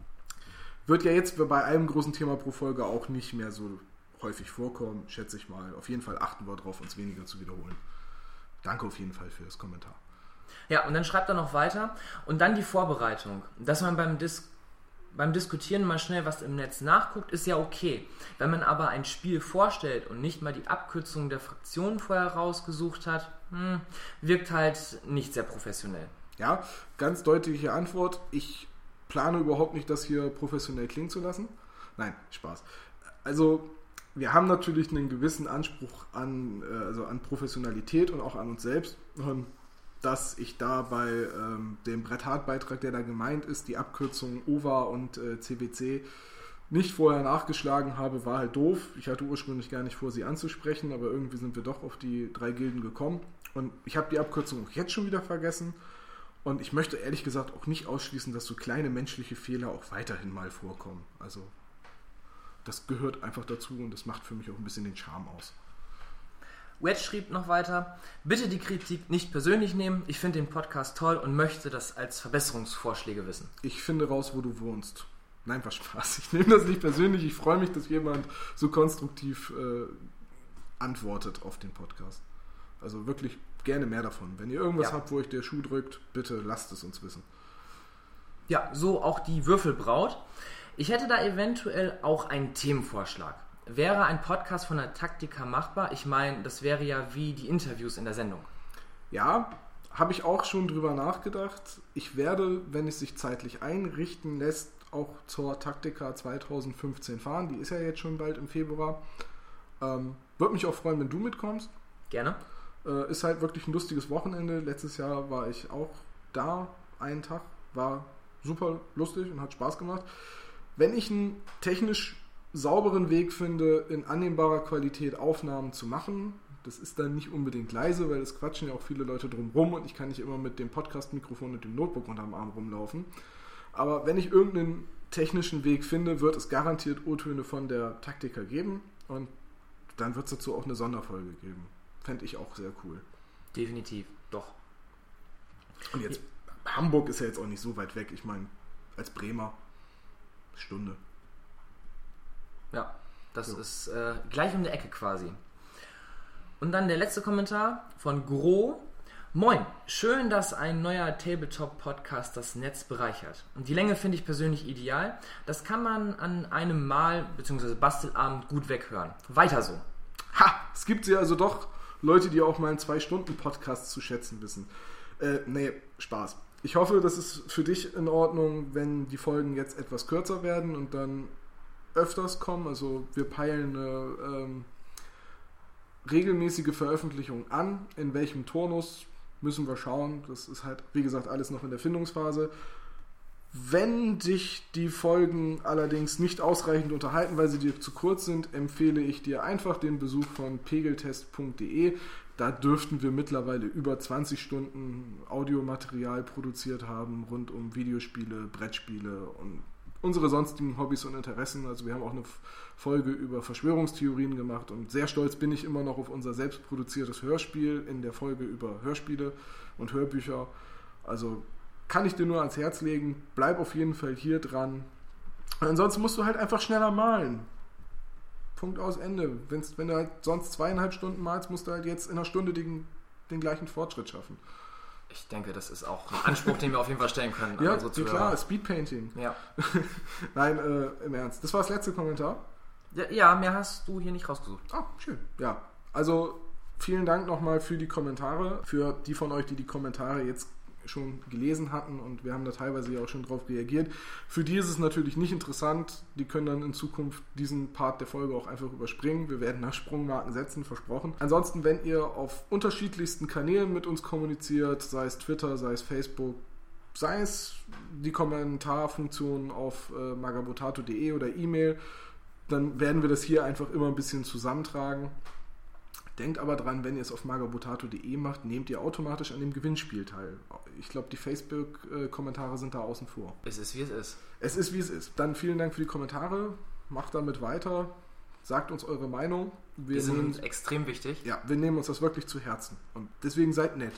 wird ja jetzt bei einem großen Thema pro Folge auch nicht mehr so häufig vorkommen, schätze ich mal. Auf jeden Fall achten wir darauf, uns weniger zu wiederholen. Danke auf jeden Fall für das Kommentar. Ja, und dann schreibt er noch weiter. Und dann die Vorbereitung. Dass man beim, Dis- beim Diskutieren mal schnell was im Netz nachguckt, ist ja okay. Wenn man aber ein Spiel vorstellt und nicht mal die Abkürzung der Fraktionen vorher rausgesucht hat, hm, wirkt halt nicht sehr professionell. Ja, ganz deutliche Antwort. Ich plane überhaupt nicht, das hier professionell klingen zu lassen. Nein, Spaß. Also wir haben natürlich einen gewissen Anspruch an, äh, also an Professionalität und auch an uns selbst. Und dass ich da bei ähm, dem Bret Hart-Beitrag, der da gemeint ist, die Abkürzung O V A und äh, C W C nicht vorher nachgeschlagen habe, war halt doof. Ich hatte ursprünglich gar nicht vor, sie anzusprechen, aber irgendwie sind wir doch auf die drei Gilden gekommen. Und ich habe die Abkürzung auch jetzt schon wieder vergessen. Und ich möchte ehrlich gesagt auch nicht ausschließen, dass so kleine menschliche Fehler auch weiterhin mal vorkommen. Also das gehört einfach dazu und das macht für mich auch ein bisschen den Charme aus. Wedge schrieb noch weiter, bitte die Kritik nicht persönlich nehmen. Ich finde den Podcast toll und möchte das als Verbesserungsvorschläge wissen. Ich finde raus, wo du wohnst. Nein, war Spaß. Ich nehme das nicht persönlich. Ich freue mich, dass jemand so konstruktiv äh, antwortet auf den Podcast. Also wirklich gerne mehr davon. Wenn ihr irgendwas ja. habt, wo euch der Schuh drückt, bitte lasst es uns wissen. Ja, so auch die Würfelbraut. Ich hätte da eventuell auch einen Themenvorschlag. Wäre ein Podcast von der Taktika machbar? Ich meine, das wäre ja wie die Interviews in der Sendung. Ja, habe ich auch schon drüber nachgedacht. Ich werde, wenn es sich zeitlich einrichten lässt, auch zur Taktika zwanzig fünfzehn fahren. Die ist ja jetzt schon bald im Februar. Ähm, Würde mich auch freuen, wenn du mitkommst. Gerne. Äh, ist halt wirklich ein lustiges Wochenende. Letztes Jahr war ich auch da, einen Tag. War super lustig und hat Spaß gemacht. Wenn ich einen technisch sauberen Weg finde, in annehmbarer Qualität Aufnahmen zu machen, das ist dann nicht unbedingt leise, weil es quatschen ja auch viele Leute drumherum und ich kann nicht immer mit dem Podcast-Mikrofon und dem Notebook unterm Arm rumlaufen. Aber wenn ich irgendeinen technischen Weg finde, wird es garantiert O-Töne von der Taktika geben und dann wird es dazu auch eine Sonderfolge geben. Fände ich auch sehr cool. Definitiv, doch. Und jetzt, Hamburg ist ja jetzt auch nicht so weit weg. Ich meine, als Bremer, Stunde. Ja, das so. ist äh, gleich um die Ecke quasi. Und dann der letzte Kommentar von Gro. Moin, schön, dass ein neuer Tabletop-Podcast das Netz bereichert. Und die Länge finde ich persönlich ideal. Das kann man an einem Mal bzw. Bastelabend gut weghören. Weiter so. Ha! Es gibt ja also doch Leute, die auch mal einen zwei Stunden Podcast zu schätzen wissen. Äh, nee, Spaß. Ich hoffe, das ist für dich in Ordnung, wenn die Folgen jetzt etwas kürzer werden und dann öfters kommen. Also wir peilen eine ähm, regelmäßige Veröffentlichung an. In welchem Turnus müssen wir schauen. Das ist halt, wie gesagt, alles noch in der Findungsphase. Wenn dich die Folgen allerdings nicht ausreichend unterhalten, weil sie dir zu kurz sind, empfehle ich dir einfach den Besuch von pegeltest punkt de. Da dürften wir mittlerweile über zwanzig Stunden Audiomaterial produziert haben, rund um Videospiele, Brettspiele und unsere sonstigen Hobbys und Interessen. Also wir haben auch eine Folge über Verschwörungstheorien gemacht und sehr stolz bin ich immer noch auf unser selbstproduziertes Hörspiel in der Folge über Hörspiele und Hörbücher. Also kann ich dir nur ans Herz legen, bleib auf jeden Fall hier dran. Und ansonsten musst du halt einfach schneller malen. Punkt aus Ende. Wenn's, wenn du halt sonst zweieinhalb Stunden malst, musst du halt jetzt in einer Stunde den, den gleichen Fortschritt schaffen. Ich denke, das ist auch ein Anspruch, den wir auf jeden Fall stellen können. Ja, ja klar, Speedpainting. Ja. Nein, äh, im Ernst. Das war das letzte Kommentar. Ja, ja, mehr hast du hier nicht rausgesucht. Ah, schön. Ja, also vielen Dank nochmal für die Kommentare. Für die von euch, die die Kommentare jetzt schon gelesen hatten und wir haben da teilweise ja auch schon drauf reagiert. Für die ist es natürlich nicht interessant. Die können dann in Zukunft diesen Part der Folge auch einfach überspringen. Wir werden nach Sprungmarken setzen, versprochen. Ansonsten, wenn ihr auf unterschiedlichsten Kanälen mit uns kommuniziert, sei es Twitter, sei es Facebook, sei es die Kommentarfunktion auf äh, magabotato punkt de oder E-Mail, dann werden wir das hier einfach immer ein bisschen zusammentragen. Denkt aber dran, wenn ihr es auf magabotato punkt de macht, nehmt ihr automatisch an dem Gewinnspiel teil. Ich glaube, die Facebook-Kommentare sind da außen vor. Es ist, wie es ist. Es ist, wie es ist. Dann vielen Dank für die Kommentare. Macht damit weiter. Sagt uns eure Meinung. Wir Die sind nehmen, uns extrem wichtig. ja, wir nehmen uns das wirklich zu Herzen. Und deswegen seid nett.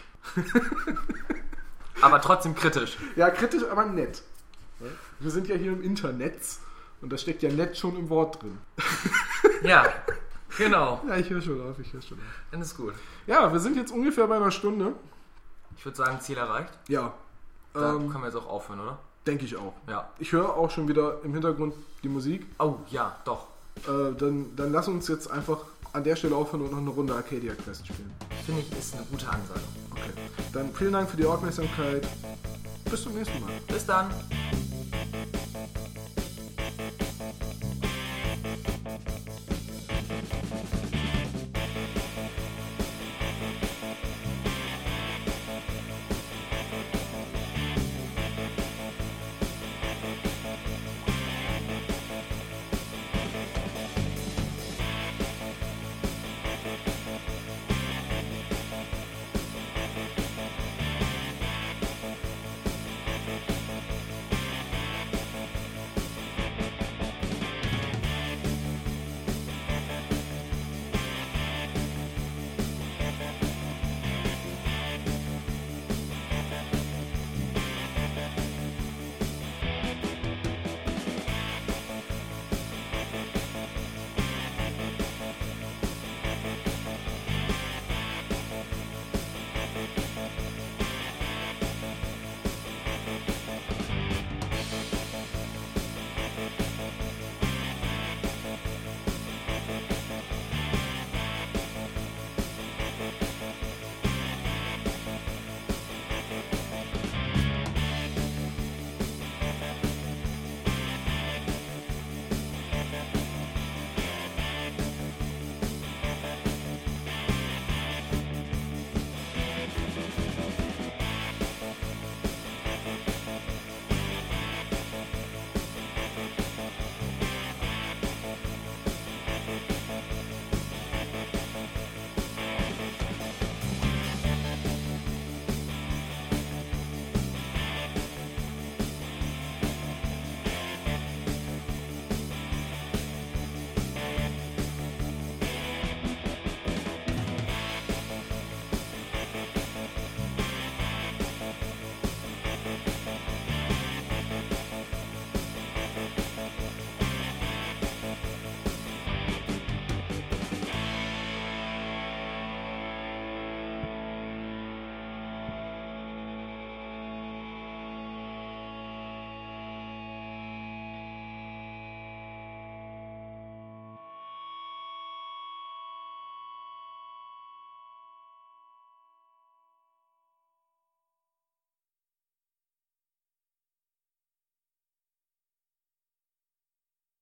Aber trotzdem kritisch. Ja, kritisch, aber nett. Wir sind ja hier im Internet und da steckt ja nett schon im Wort drin. Ja, genau. Ja, ich höre schon auf, ich höre schon auf. Dann ist gut. Ja, wir sind jetzt ungefähr bei einer Stunde. Ich würde sagen, Ziel erreicht. Ja. Da Ähm, können wir jetzt auch aufhören, oder? denke ich auch. Ja. Ich höre auch schon wieder im Hintergrund die Musik. Oh, ja, doch. Äh, dann, dann lass uns jetzt einfach an der Stelle aufhören und noch eine Runde Arcadia Quest spielen. Finde ich, ist eine gute Ansage. Okay. Dann vielen Dank für die Aufmerksamkeit. Bis zum nächsten Mal. Bis dann.